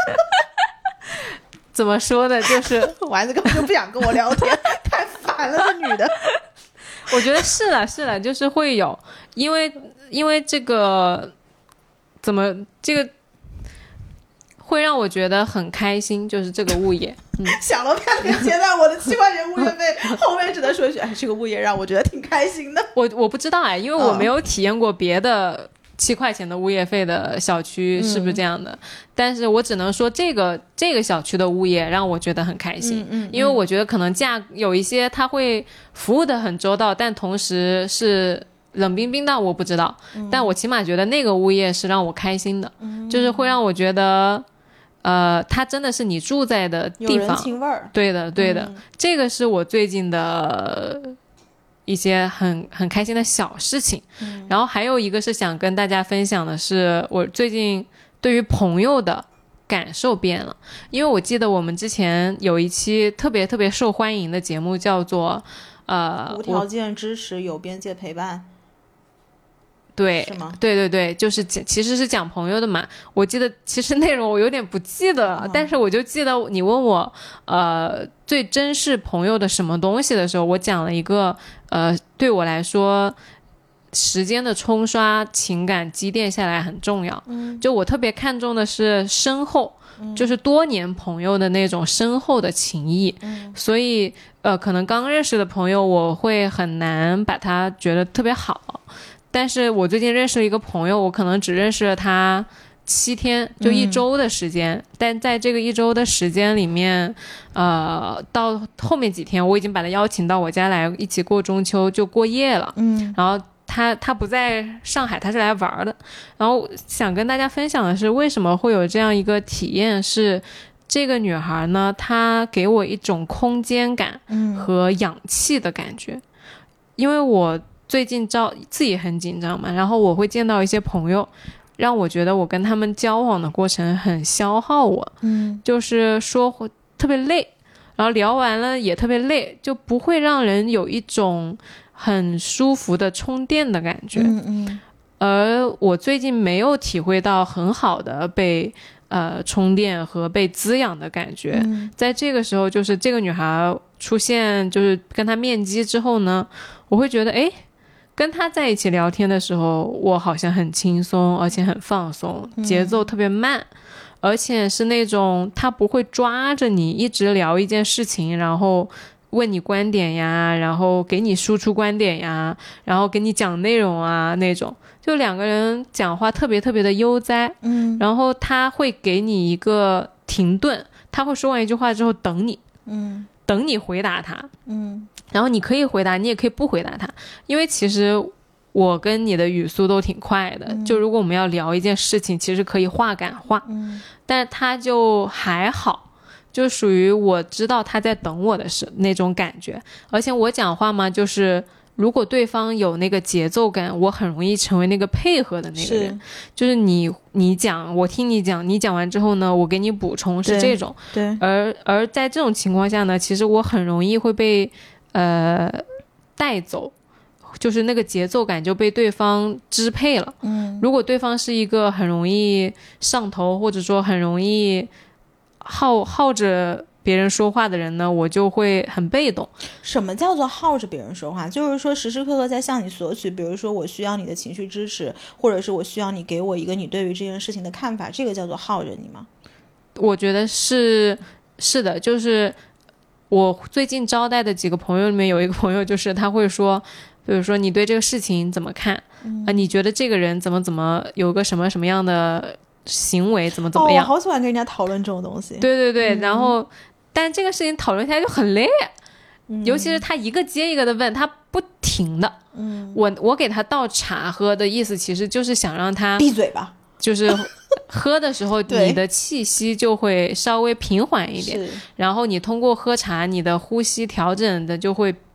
怎么说的，就是丸子根本就不想跟我聊天，太烦了，这女的。 我觉得是了是了，就是会有，因为因为这个怎么这个会让我觉得很开心，就是这个物业。嗯， 想了半天，现在我的七块钱物业费，后面只能说一句，哎，这个物业让我觉得挺开心的。 我我不知道哎，因为我没有体验过别的七块钱的物业费的小区是不是这样的，嗯、但是我只能说这个这个小区的物业让我觉得很开心， 嗯嗯嗯、 因为我觉得可能价有一些他会服务的很周到，但同时是冷冰冰的，我不知道，嗯、但我起码觉得那个物业是让我开心的，嗯、就是会让我觉得。呃，它真的是你住在的地方， 有人情味儿。 对的，对的、嗯，这个是我最近的一些很很开心的小事情。嗯、然后还有一个是想跟大家分享的是，我最近对于朋友的感受变了，因为我记得我们之前有一期特别特别受欢迎的节目，叫做呃无条件支持，有边界陪伴。 对， 是吗？ 对对对，就是其实是讲朋友的嘛。我记得其实内容我有点不记得了，嗯、但是我就记得你问我，呃，最珍视朋友的什么东西的时候，我讲了一个，呃，对我来说，时间的冲刷，情感积淀下来很重要。嗯，就我特别看重的是深厚，嗯、就是多年朋友的那种深厚的情谊。嗯，所以呃，可能刚认识的朋友，我会很难把他觉得特别好。但是我最近认识了一个朋友，我可能只认识了他七天，就一周的时间、嗯、但在这个一周的时间里面呃，到后面几天我已经把他邀请到我家来一起过中秋，就过夜了。嗯，然后他他不在上海，他是来玩的。然后想跟大家分享的是，为什么会有这样一个体验，是这个女孩呢，她给我一种空间感和氧气的感觉。嗯、因为我最近招自己很紧张嘛，然后我会见到一些朋友，让我觉得我跟他们交往的过程很消耗我，嗯，就是说特别累，然后聊完了也特别累，就不会让人有一种很舒服的充电的感觉。嗯嗯。而我最近没有体会到很好的被呃充电和被滋养的感觉，嗯、在这个时候，就是这个女孩出现，就是跟她面基之后呢，我会觉得诶跟他在一起聊天的时候，我好像很轻松，而且很放松，节奏特别慢，嗯、而且是那种他不会抓着你一直聊一件事情，然后问你观点呀，然后给你输出观点呀，然后给你讲内容啊那种，就两个人讲话特别特别的悠哉。嗯，然后他会给你一个停顿，他会说完一句话之后等你，嗯，等你回答他，嗯。然后你可以回答，你也可以不回答他，因为其实我跟你的语速都挺快的，嗯、就如果我们要聊一件事情，其实可以话赶话，嗯、但是他就还好，就属于我知道他在等我的是那种感觉。而且我讲话嘛，就是如果对方有那个节奏感，我很容易成为那个配合的那个人，是就是你你讲，我听你讲，你讲完之后呢，我给你补充，是这种。 对，对而而在这种情况下呢，其实我很容易会被呃，带走，就是那个节奏感就被对方支配了。嗯，如果对方是一个很容易上头，或者说很容易耗耗着别人说话的人呢，我就会很被动。 什么叫做耗着别人说话？就是说时时刻刻在向你索取，比如说我需要你的情绪支持，或者是我需要你给我一个你对于这件事情的看法，这个叫做耗着你吗？ 我觉得是是的，就是我最近招待的几个朋友里面有一个朋友，就是他会说，比如说你对这个事情怎么看、嗯呃、你觉得这个人怎么怎么有个什么什么样的行为怎么怎么样、 哦、我好喜欢跟人家讨论这种东西。 对对对、嗯、然后但这个事情讨论下来就很累、嗯、尤其是他一个接一个的问，他不停的、嗯、我我给他倒茶喝的意思其实就是想让他闭嘴吧， 就是喝的时候你的气息就会稍微平缓一点，然后你通过喝茶你的呼吸调整的就会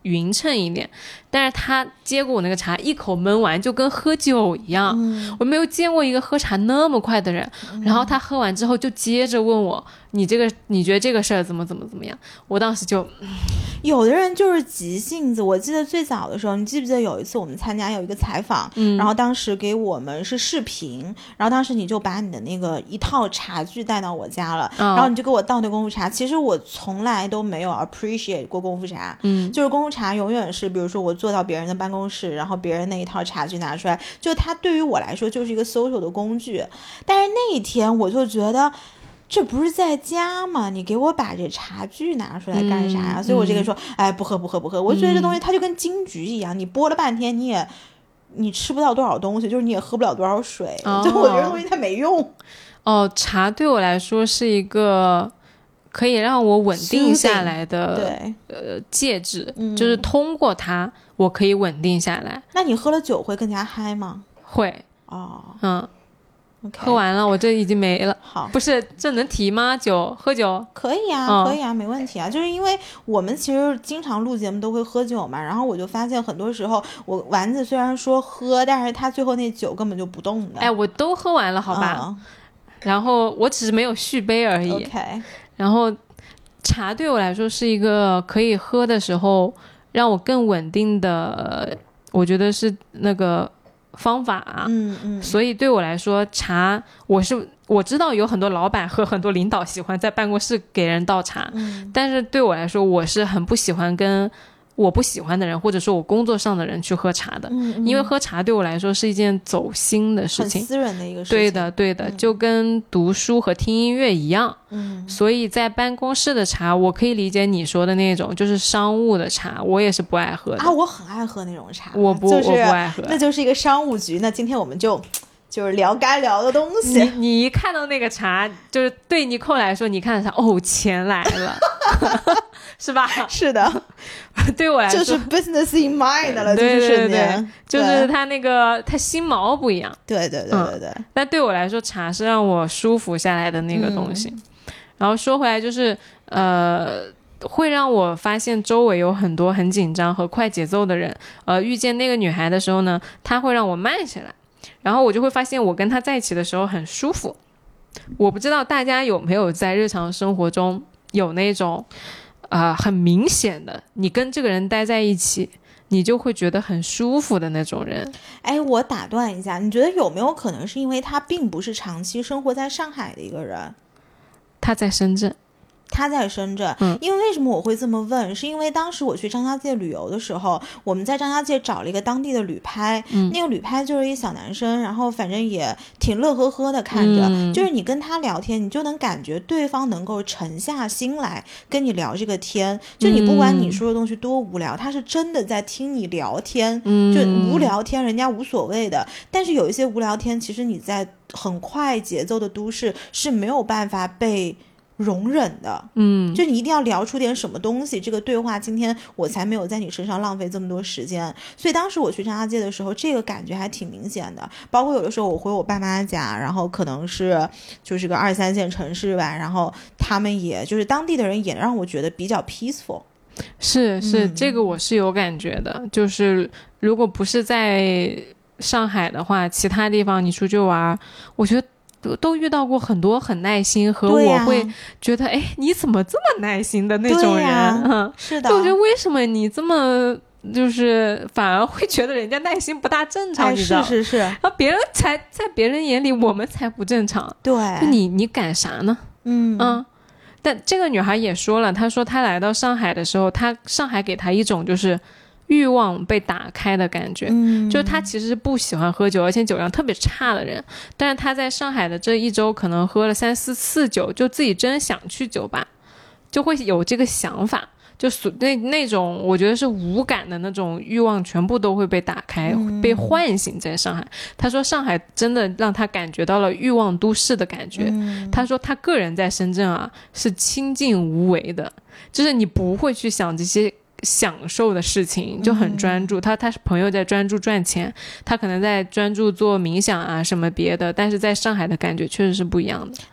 匀称一点，但是他接过我那个茶一口闷完就跟喝酒一样、嗯、我没有见过一个喝茶那么快的人、嗯、然后他喝完之后就接着问我你这个你觉得这个事儿怎么怎么怎么样，我当时就有的人就是急性子。我记得最早的时候，你记不记得有一次我们参加有一个采访、嗯、然后当时给我们是视频，然后当时你就把你的那个一套茶具带到我家了、哦、然后你就给我倒那功夫茶。其实我从来都没有 appreciate 过功夫茶，嗯，就是功夫茶永远是比如说我坐到别人的办公室，然后别人那一套茶具拿出来，就它对于我来说就是一个 social 的工具。但是那一天我就觉得这不是在家吗？你给我把这茶具拿出来干啥呀、嗯、所以我这个说、嗯、哎不喝不喝不喝。我觉得这东西它就跟金桔一样、嗯、你剥了半天你也你吃不到多少东西，就是你也喝不了多少水、哦、就我觉得东西它没用。 哦，茶对我来说是一个可以让我稳定下来的对呃介质、嗯、就是通过它我可以稳定下来。 那你喝了酒会更加嗨吗？ 会哦， 嗯 Okay. 喝完了我这已经没了。 好， 不是这能提吗？酒喝酒可以啊、嗯、可以啊，没问题啊。就是因为我们其实经常录节目都会喝酒嘛，然后我就发现很多时候我丸子虽然说喝，但是他最后那酒根本就不动的。 哎，我都喝完了好吧、嗯、然后我只是没有续杯而已。 OK。 然后茶对我来说是一个可以喝的时候让我更稳定的，我觉得是那个方法、啊、 嗯嗯， 所以对我来说茶，我是我知道有很多老板和很多领导喜欢在办公室给人倒茶、嗯、但是对我来说我是很不喜欢跟我不喜欢的人或者说我工作上的人去喝茶的、嗯嗯、因为喝茶对我来说是一件走心的事情， 很私人的一个事情。 对的对的、嗯、就跟读书和听音乐一样。 嗯， 所以在办公室的茶我可以理解你说的那种就是商务的茶，我也是不爱喝的啊。我很爱喝那种茶， 我不、就是、我不爱喝， 那就是一个商务局。那今天我们就就是聊该聊的东西。 你你一看到那个茶，就是对尼寇来说，你看到茶，哦，钱来了，是吧？ 是的， 对我来说就是 business in mind 了， 对对对就是瞬间， 就是他那个他心毛不一样。 对对对对对、嗯。 但对我来说，茶是让我舒服下来的那个东西。嗯、然后说回来，就是呃。会让我发现周围有很多很紧张和快节奏的人，呃，遇见那个女孩的时候呢，她会让我慢下来，然后我就会发现我跟她在一起的时候很舒服。我不知道大家有没有在日常生活中有那种啊、呃、很明显的，你跟这个人待在一起你就会觉得很舒服的那种人。 哎，我打断一下，你觉得有没有可能是因为他并不是长期生活在上海的一个人？ 他在深圳。 他在深圳、嗯、因为为什么我会这么问，是因为当时我去张家界旅游的时候，我们在张家界找了一个当地的旅拍、嗯、那个旅拍就是一小男生，然后反正也挺乐呵呵的看着、嗯、就是你跟他聊天你就能感觉对方能够沉下心来跟你聊这个天，就你不管你说的东西多无聊、嗯、他是真的在听你聊天、嗯、就无聊天人家无所谓的，但是有一些无聊天其实你在很快节奏的都市是没有办法被容忍的。嗯，就你一定要聊出点什么东西，这个对话今天我才没有在你身上浪费这么多时间。所以当时我去张家界的时候这个感觉还挺明显的，包括有的时候我回我爸妈家，然后可能是就是个二三线城市吧，然后他们也就是当地的人也让我觉得比较 peaceful。 是是、嗯、这个我是有感觉的，就是如果不是在上海的话，其他地方你出去玩，我觉得都, 都遇到过很多很耐心和我会觉得、啊、哎你怎么这么耐心的那种人、啊嗯、 是的， 就我觉得为什么你这么就是反而会觉得人家耐心不大正常、哎、你知道是是是， 然后别人才在别人眼里我们才不正常， 对， 你你赶啥呢？ 嗯嗯，但这个女孩也说了，她说她来到上海的时候，她上海给她一种就是欲望被打开的感觉、嗯、就是他其实不喜欢喝酒，而且酒量特别差的人，但是他在上海的这一周可能喝了三四次酒，就自己真想去酒吧，就会有这个想法，就那那种我觉得是无感的那种欲望全部都会被打开、嗯、被唤醒在上海。他说上海真的让他感觉到了欲望都市的感觉、嗯、他说他个人在深圳啊是清静无为的，就是你不会去想这些享受的事情，就很专注、嗯、他他是朋友在专注赚钱，他可能在专注做冥想啊什么别的，但是在上海的感觉确实是不一样的。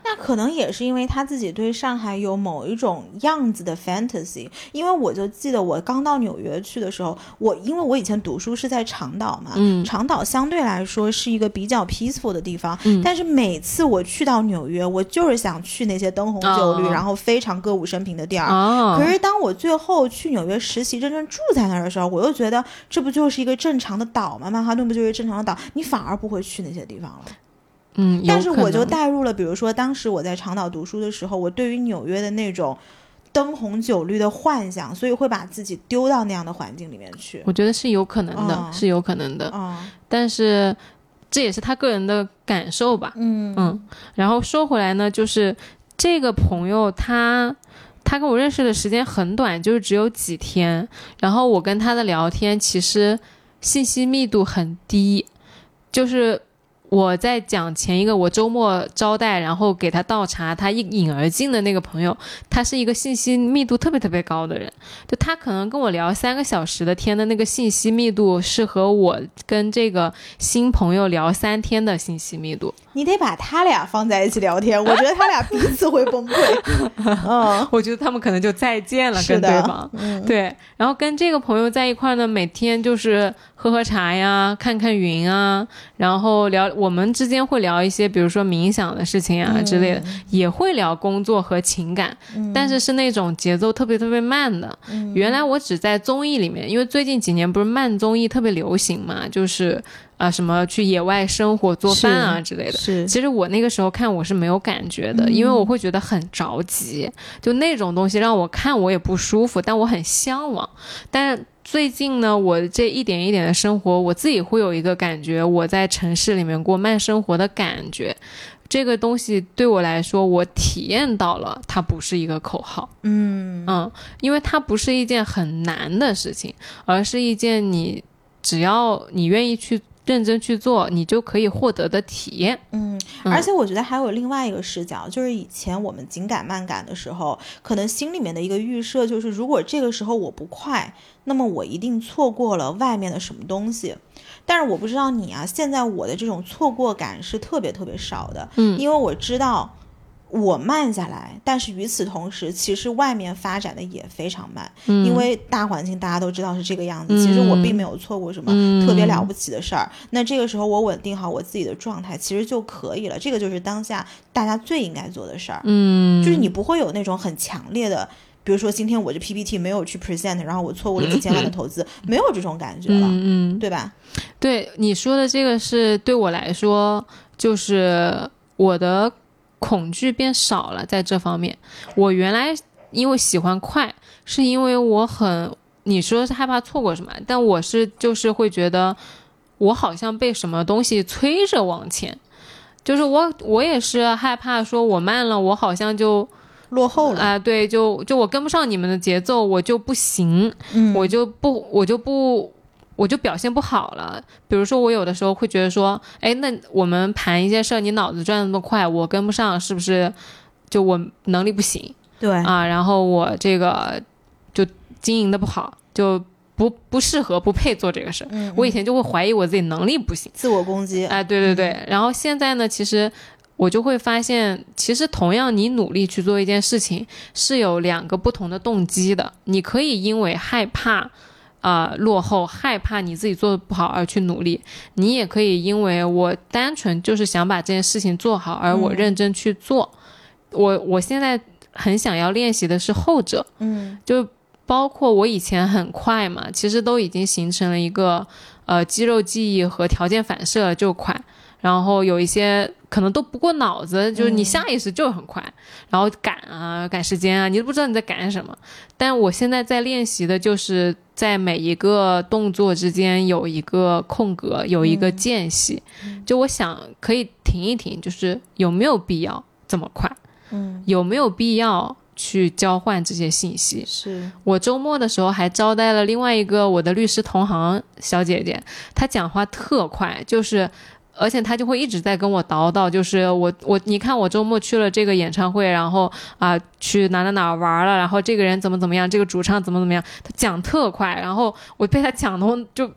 那可能也是因为他自己对上海有某一种样子的 fantasy， 因为我就记得我刚到纽约去的时候，我因为我以前读书是在长岛嘛，嗯，长岛相对来说是一个比较 peaceful 的地方，嗯，但是每次我去到纽约，我就是想去那些灯红酒绿、哦、然后非常歌舞升平的地儿、哦、可是当我最后去纽约实习真正住在那儿的时候，我又觉得这不就是一个正常的岛吗？曼哈顿不就是正常的岛，你反而不会去那些地方了。 嗯， 但是我就带入了比如说当时我在长岛读书的时候，我对于纽约的那种灯红酒绿的幻想，所以会把自己丢到那样的环境里面去。 我觉得是有可能的、嗯、是有可能的、嗯、但是这也是他个人的感受吧。 嗯嗯。然后说回来呢，就是这个朋友他他跟我认识的时间很短，就是只有几天，然后我跟他的聊天其实信息密度很低，就是我在讲前一个我周末招待然后给他倒茶他一饮而尽的那个朋友，他是一个信息密度特别特别高的人，就他可能跟我聊三个小时的天的那个信息密度是和我跟这个新朋友聊三天的信息密度。 你得把他俩放在一起聊天，我觉得他俩彼此会崩溃嗯，我觉得他们可能就再见了跟对方、嗯、对。然后跟这个朋友在一块呢，每天就是喝喝茶呀，看看云啊，然后聊我们之间会聊一些比如说冥想的事情啊之类的、嗯、也会聊工作和情感、嗯、但是是那种节奏特别特别慢的、嗯、原来我只在综艺里面，因为最近几年不是慢综艺特别流行嘛，就是啊，什么去野外生活做饭啊之类的， 是其实我那个时候看我是没有感觉的、嗯、因为我会觉得很着急，就那种东西让我看我也不舒服，但我很向往。但是最近呢，我这一点一点的生活，我自己会有一个感觉，我在城市里面过慢生活的感觉，这个东西对我来说我体验到了它不是一个口号。 嗯嗯，因为它不是一件很难的事情，而是一件你只要你愿意去认真去做你就可以获得的体验。 嗯，而且我觉得还有另外一个视角、嗯、就是以前我们紧赶慢赶的时候，可能心里面的一个预设就是如果这个时候我不快，那么我一定错过了外面的什么东西。但是我不知道你啊，现在我的这种错过感是特别特别少的。 嗯， 因为我知道我慢下来，但是与此同时其实外面发展的也非常慢、嗯、因为大环境大家都知道是这个样子、嗯、其实我并没有错过什么特别了不起的事儿、嗯、那这个时候我稳定好我自己的状态其实就可以了，这个就是当下大家最应该做的事儿。 嗯， 就是你不会有那种很强烈的比如说今天我这 P P T 没有去 present 然后我错过了几千万的投资、嗯、没有这种感觉了。 嗯嗯， 对吧？ 对，你说的这个是对我来说就是我的恐惧变少了，在这方面我原来因为喜欢快是因为我很你说是害怕错过什么，但我是就是会觉得我好像被什么东西催着往前，就是我我也是害怕说我慢了我好像就落后了啊、呃，对，就就我跟不上你们的节奏我就不行、 嗯、 我就不我就不我就表现不好了。比如说我有的时候会觉得说哎，那我们盘一件事你脑子转那么快我跟不上，是不是就我能力不行？ 对啊，然后我这个就经营的不好，就不不适合不配做这个事、嗯嗯、我以前就会怀疑我自己能力不行， 自我攻击。 哎，对对对、嗯、然后现在呢其实我就会发现其实同样你努力去做一件事情是有两个不同的动机的。你可以因为害怕呃，落后害怕你自己做的不好而去努力，你也可以因为我单纯就是想把这件事情做好而我认真去做、嗯、我我现在很想要练习的是后者。 嗯， 就包括我以前很快嘛，其实都已经形成了一个呃肌肉记忆和条件反射就快，然后有一些可能都不过脑子，就是你下意识就很快、嗯、然后赶啊赶时间啊，你都不知道你在赶什么。但我现在在练习的就是在每一个动作之间有一个空格，有一个间隙、嗯、就我想可以停一停，就是有没有必要这么快， 嗯， 有没有必要去交换这些信息。 是我周末的时候还招待了另外一个我的律师同行小姐姐，她讲话特快，就是而且她就会一直在跟我叨叨，就是我我你看我周末去了这个演唱会，然后啊、呃、去哪哪哪玩了，然后这个人怎么怎么样，这个主唱怎么怎么样，她讲特快，然后我被她讲的就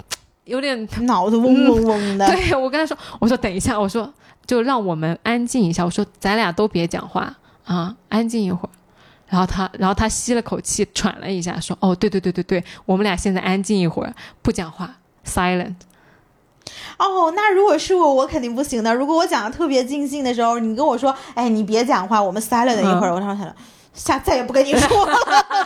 有点脑子嗡嗡嗡的、 嗯、对，我跟他说，我说等一下，我说就让我们安静一下，我说咱俩都别讲话啊，安静一会儿。然后他然后他吸了口气，喘了一下，说哦对对对对对，我们俩现在安静一会儿，不讲话 silent。 哦，那如果是我我肯定不行的。如果我讲的特别尽兴的时候，你跟我说哎你别讲话，我们 silent 一会儿、嗯、我当时想下再也不跟你说了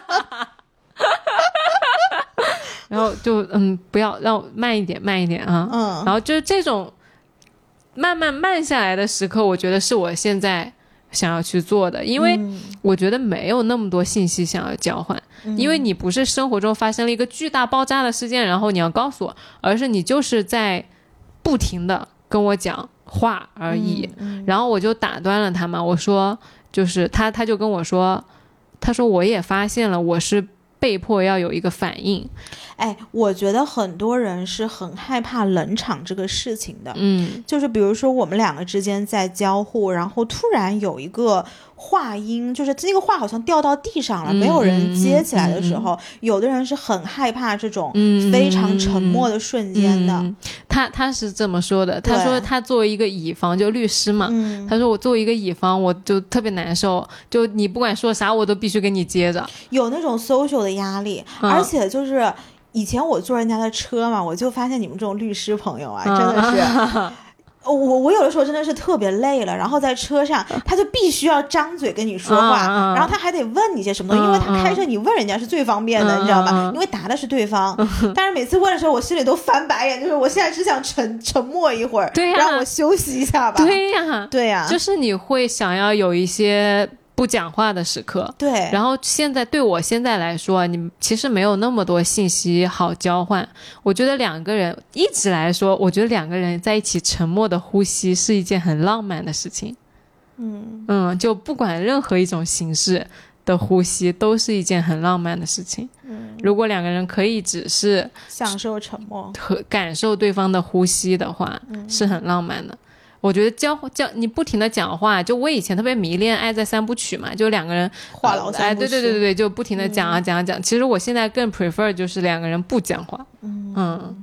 然后就嗯不要让我慢一点慢一点啊，嗯，然后就是这种慢慢慢下来的时刻，我觉得是我现在想要去做的，因为我觉得没有那么多信息想要交换、嗯、因为你不是生活中发生了一个巨大爆炸的事件然后你要告诉我，而是你就是在不停的跟我讲话而已、嗯嗯、然后我就打断了他嘛，我说就是他他就跟我说，他说我也发现了我是被迫要有一个反应。 哎，我觉得很多人是很害怕冷场这个事情的， 嗯， 就是比如说我们两个之间在交互，然后突然有一个话音，就是这个话好像掉到地上了、嗯、没有人接起来的时候、嗯嗯、有的人是很害怕这种非常沉默的瞬间的、嗯嗯、 他他是这么说的，他说他作为一个乙方就律师嘛、嗯、他说我作为一个乙方我就特别难受，就你不管说啥我都必须给你接着， 有那种 social 的压力、嗯、而且就是以前我坐人家的车嘛，我就发现你们这种律师朋友啊，真的是、嗯、我我有的时候真的是特别累了，然后在车上他就必须要张嘴跟你说话、嗯、然后他还得问你些什么东西、嗯、因为他开车你问人家是最方便的、嗯、你知道吧，因为答的是对方、嗯、但是每次问的时候我心里都翻白眼，就是我现在只想沉沉默一会儿， 对呀、 让我休息一下吧。 对呀对呀， 就是你会想要有一些不讲话的时刻， 对， 然后现在对我现在来说，你其实没有那么多信息好交换。我觉得两个人一直来说，我觉得两个人在一起沉默的呼吸是一件很浪漫的事情。 嗯嗯，就不管任何一种形式的呼吸都是一件很浪漫的事情。 嗯， 如果两个人可以只是享受沉默和感受对方的呼吸的话、嗯、是很浪漫的。我觉得交交你不停的讲话，就我以前特别迷恋《爱在三部曲》嘛，就两个人话痨三部曲、 哎、对对对对，就不停的讲啊、嗯、讲啊讲。其实我现在更 prefer 就是两个人不讲话。 嗯嗯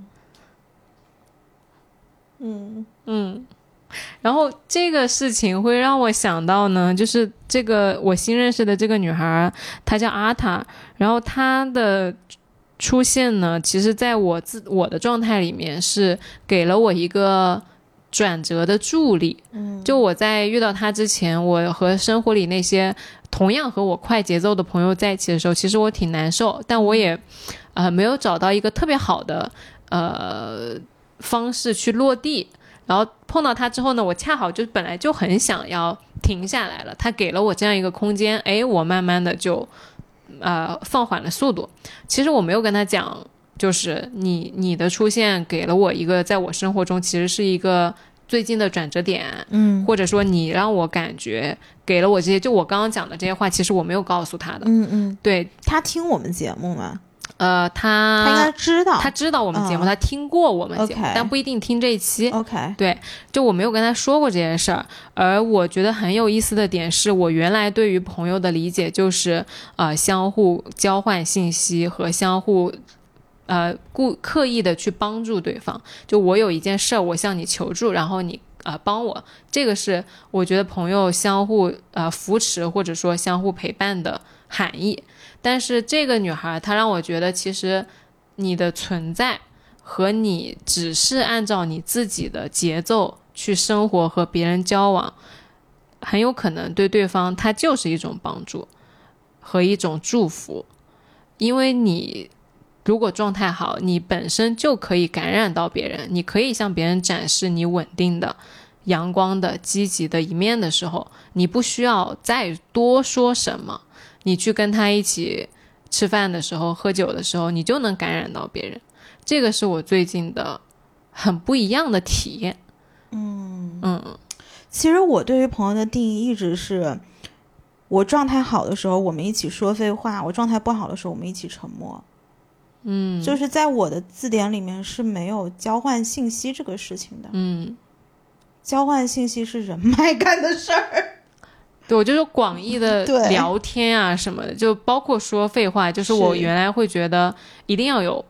嗯嗯。然后这个事情会让我想到呢，就是这个我新认识的这个女孩，她叫阿塔，然后她的出现呢，其实在我自我的状态里面是给了我一个转折的助力。 嗯， 就我在遇到他之前，我和生活里那些同样和我快节奏的朋友在一起的时候，其实我挺难受，但我也呃没有找到一个特别好的呃方式去落地。然后碰到他之后呢，我恰好就本来就很想要停下来了，他给了我这样一个空间，诶，我慢慢的就呃放缓了速度。其实我没有跟他讲，就是你你的出现给了我一个在我生活中其实是一个最近的转折点， 嗯， 或者说你让我感觉给了我这些，就我刚刚讲的这些话，其实我没有告诉他的。 嗯嗯， 对， 他听我们节目吗？ 呃，他他应该知道， 他知道我们节目，嗯、他听过我们节目， okay, 但不一定听这一期。 OK， 对，就我没有跟他说过这件事儿。而我觉得很有意思的点是，我原来对于朋友的理解就是呃相互交换信息和相互呃故刻意的去帮助对方。就我有一件事儿，我向你求助，然后你呃帮我，这个是我觉得朋友相互呃扶持或者说相互陪伴的含义。但是这个女孩她让我觉得，其实你的存在和你只是按照你自己的节奏去生活和别人交往，很有可能对对方它就是一种帮助和一种祝福。因为你如果状态好，你本身就可以感染到别人，你可以向别人展示你稳定的阳光的积极的一面的时候，你不需要再多说什么，你去跟他一起吃饭的时候喝酒的时候，你就能感染到别人。这个是我最近的很不一样的体验。 嗯嗯， 其实我对于朋友的定义一直是，我状态好的时候我们一起说废话，我状态不好的时候我们一起沉默。 嗯， 就是在我的字典里面是没有交换信息这个事情的。 嗯， 交换信息是人脉干的事儿。 对，我就是广义的聊天啊什么的，就包括说废话，就是我原来会觉得一定要有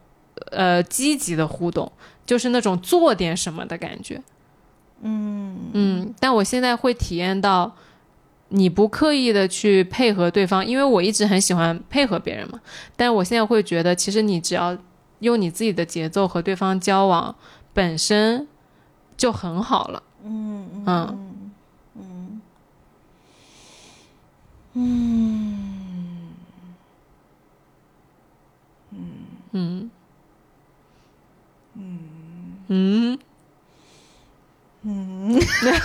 呃积极的互动，就是那种做点什么的感觉。 嗯嗯，但我现在会体验到你不刻意的去配合对方，因为我一直很喜欢配合别人嘛，但我现在会觉得其实你只要用你自己的节奏和对方交往本身就很好了。 嗯嗯嗯嗯嗯嗯嗯嗯嗯，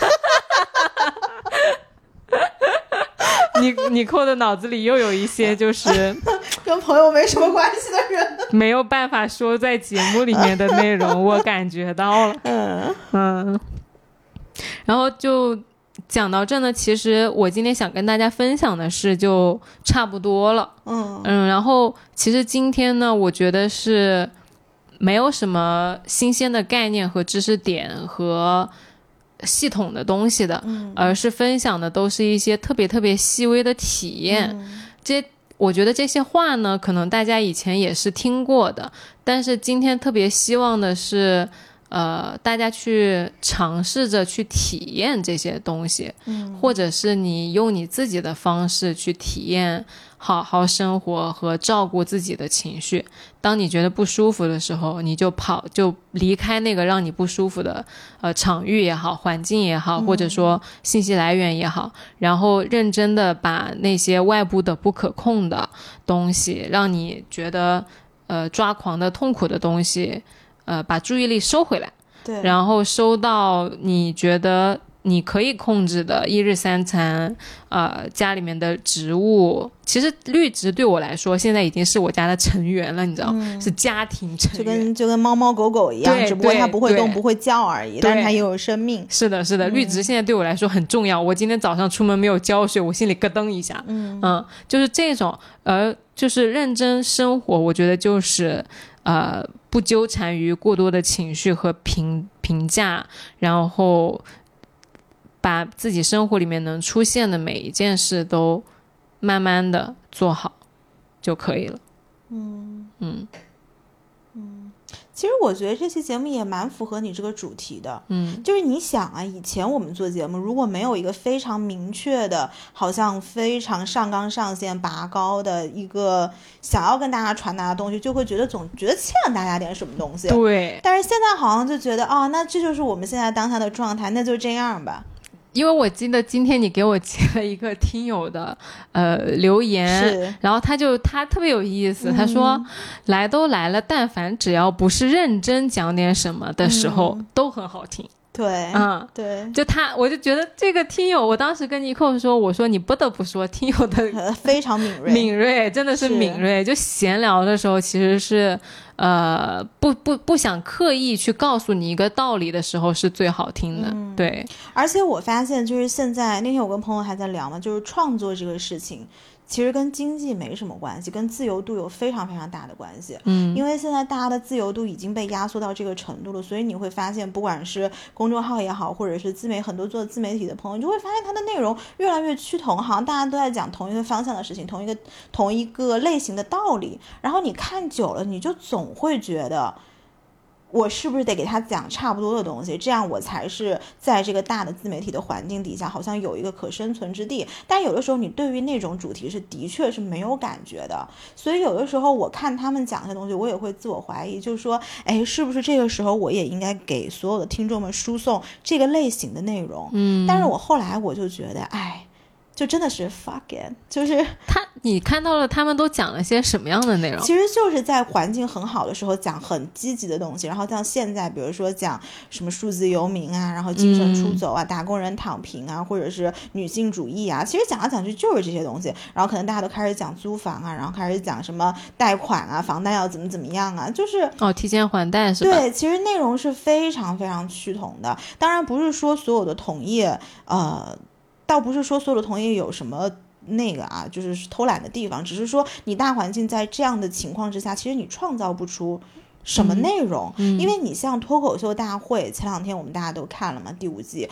你你扣的脑子里又有一些就是跟朋友没什么关系的人， 没有办法说在节目里面的内容，我感觉到了。 嗯嗯，然后就讲到这呢，其实我今天想跟大家分享的事就差不多了。 嗯嗯，然后其实今天呢，我觉得是没有什么新鲜的概念和知识点和系统的东西的， 嗯而是分享的都是一些特别特别细微的体验。 嗯这我觉得这些话呢，可能大家以前也是听过的，但是今天特别希望的是呃，大家去尝试着去体验这些东西， 嗯或者是你用你自己的方式去体验好好生活和照顾自己的情绪。当你觉得不舒服的时候，你就跑，就离开那个让你不舒服的呃场域也好，环境也好，或者说信息来源也好，然后认真的把那些外部的不可控的东西，让你觉得呃抓狂的痛苦的东西，呃把注意力收回来， 对， 然后收到你觉得你可以控制的一日三餐，呃，家里面的植物，其实绿植对我来说现在已经是我家的成员了，你知道，嗯、是家庭成员， 就跟就跟猫猫狗狗一样，只不过它不会动不会叫而已，但是它也有生命。 是的，是的，绿植现在对我来说很重要。嗯、我今天早上出门没有浇水，我心里咯噔一下。 嗯嗯，就是这种，呃，就是认真生活，我觉得就是呃，不纠缠于过多的情绪和评评价，然后把自己生活里面能出现的每一件事都慢慢的做好就可以了。 嗯嗯嗯，其实我觉得这期节目也蛮符合你这个主题的。 嗯， 就是你想啊，以前我们做节目如果没有一个非常明确的，好像非常上纲上线拔高的一个想要跟大家传达的东西，就会觉得总觉得欠了大家点什么东西。 对， 但是现在好像就觉得哦，那这就是我们现在当下的状态，那就这样吧。 因为我记得今天你给我接了一个听友的呃留言，然后他就他特别有意思，嗯、他说来都来了，但凡只要不是认真讲点什么的时候，嗯、都很好听。 对， 嗯， 对， 就他，我就觉得这个听友，我当时跟尼寇说，我说你不得不说，听友的、 呃、非常敏锐， 敏锐，真的是敏锐。就闲聊的时候，其实是呃不不不想刻意去告诉你一个道理的时候，是最好听的。嗯、对， 而且我发现，就是现在那天我跟朋友还在聊嘛，就是创作这个事情。其实跟经济没什么关系，跟自由度有非常非常大的关系。 嗯， 因为现在大家的自由度已经被压缩到这个程度了，所以你会发现，不管是公众号也好，或者是自媒很多做自媒体的朋友，你就会发现它的内容越来越趋同，好像大家都在讲同一个方向的事情，同一个同一个类型的道理。然后你看久了，你就总会觉得，我是不是得给他讲差不多的东西，这样我才是在这个大的自媒体的环境底下好像有一个可生存之地。但有的时候你对于那种主题是的确是没有感觉的，所以有的时候我看他们讲这些东西，我也会自我怀疑，就是说哎，是不是这个时候我也应该给所有的听众们输送这个类型的内容。 嗯， 但是我后来我就觉得哎，就真的是 fuck it， 就是他你看到了他们都讲了些什么样的内容？ 其实就是在环境很好的时候讲很积极的东西，然后像现在比如说讲什么数字游民啊，然后精神出走啊、嗯、打工人躺平啊，或者是女性主义啊，其实讲来讲去就是这些东西。然后可能大家都开始讲租房啊，然后开始讲什么贷款啊，房贷要怎么怎么样啊，就是哦提前还贷是吧？ 对，其实内容是非常非常趋同的。当然不是说所有的同业呃倒不是说所有的同业有什么那个啊，就是偷懒的地方，只是说你大环境在这样的情况之下，其实你创造不出什么内容。 嗯嗯、 因为你像脱口秀大会，前两天我们大家都看了嘛，第五季，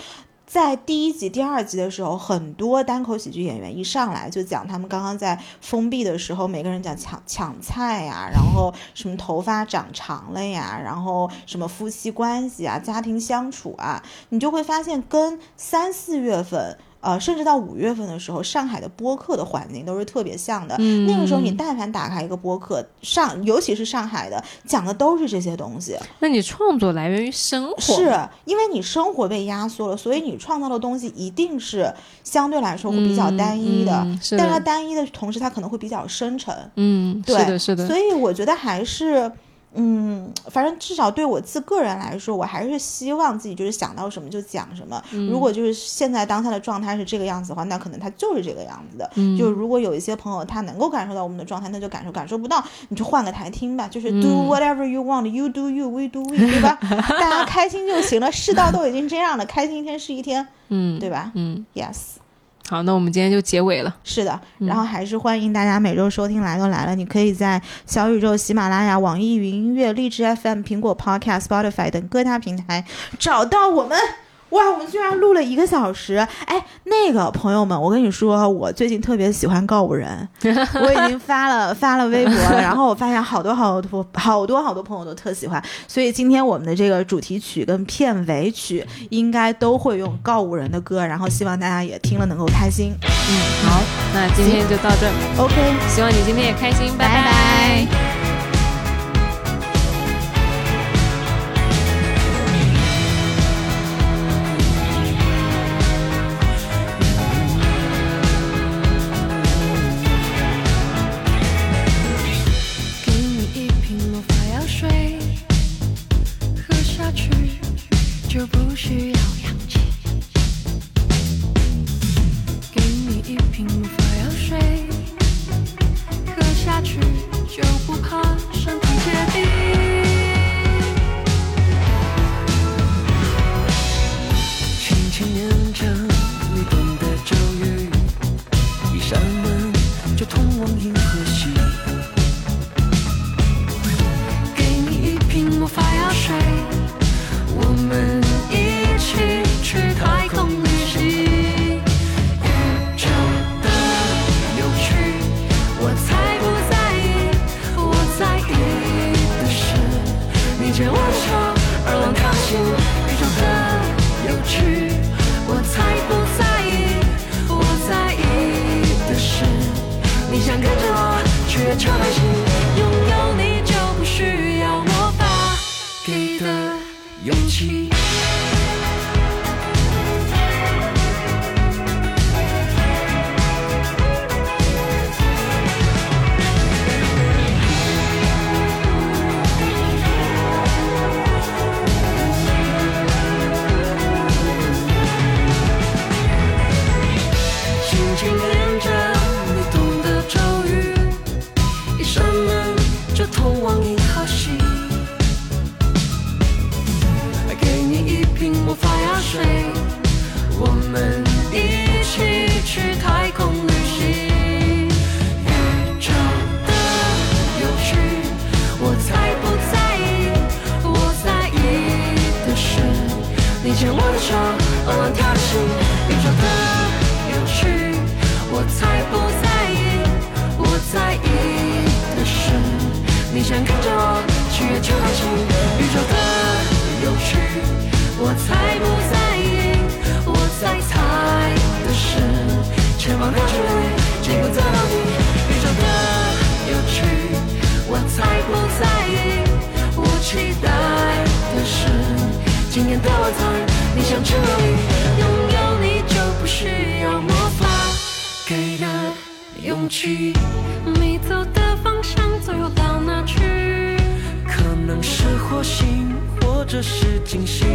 在第一集第二集的时候，很多单口喜剧演员一上来就讲他们刚刚在封闭的时候，每个人讲抢抢菜呀，然后什么头发长长了呀，然后什么夫妻关系啊，家庭相处啊，你就会发现跟三四月份呃，甚至到五月份的时候，上海的播客的环境都是特别像的。嗯，那个时候你但凡打开一个播客，上尤其是上海的，讲的都是这些东西。 那你创作来源于生活， 是因为你生活被压缩了，所以你创造的东西一定是相对来说会比较单一的。 嗯嗯、 但它单一的同时，它可能会比较深沉。 嗯， 对， 是的，是的。 所以我觉得还是。嗯，反正至少对我自个人来说，我还是希望自己就是想到什么就讲什么。嗯、如果就是现在当下的状态是这个样子的话，那可能它就是这个样子的。嗯、就是如果有一些朋友他能够感受到我们的状态，那就感受；感受不到，你就换个台听吧。就是 do whatever you want,、嗯、you do you, we do we， 对吧？大家开心就行了。世道都已经这样了，开心一天是一天，嗯，对吧？ 嗯 ，yes。 好，那我们今天就结尾了。 是的，然后还是欢迎大家每周收听来都来了。你可以在小宇宙、喜马拉雅、网易云音乐、荔枝 F M、苹果 Podcast、Spotify 等各大平台找到我们。哇，我们居然录了一个小时！哎，那个朋友们，我跟你说，我最近特别喜欢告五人，我已经发了发了微博了，然后我发现好多好多好多好多朋友都特喜欢，所以今天我们的这个主题曲跟片尾曲应该都会用告五人的歌，然后希望大家也听了能够开心。 嗯，好，那今天就到这 ，OK， 希望你今天也开心，拜拜。 拜拜。 就不需要氧气，给你一瓶魔法药水，喝下去就不怕身体结冰。轻轻念着你懂的咒语，一扇门就通往银河系。给你一瓶魔法药水，我们一起去太空旅行。宇宙的有趣我才不在意，我在意的是你牵我的手而浪淘心。宇宙的有趣我才不在意，我在意的是你想跟着我去月球旅行。拥有你就不需要魔法给的勇气。轻轻念着你懂的咒语，一扇门就通往银河系。魔法药水，我们一起去太空旅行。宇宙的有趣我才不在意，我在意的是你牵我的手而浪跳的心。宇宙的有趣我才不在意，我在意的是你想跟着我去月球旅行。宇宙的有趣我才不在意，我在猜的是前方的距离经过得到你。宇宙的有趣我才不在意，我期待的是今天的晚餐你想吃哪里。拥有你就不需要魔法给的勇气。你走的方向最后到哪去？可能是火星或者是金星。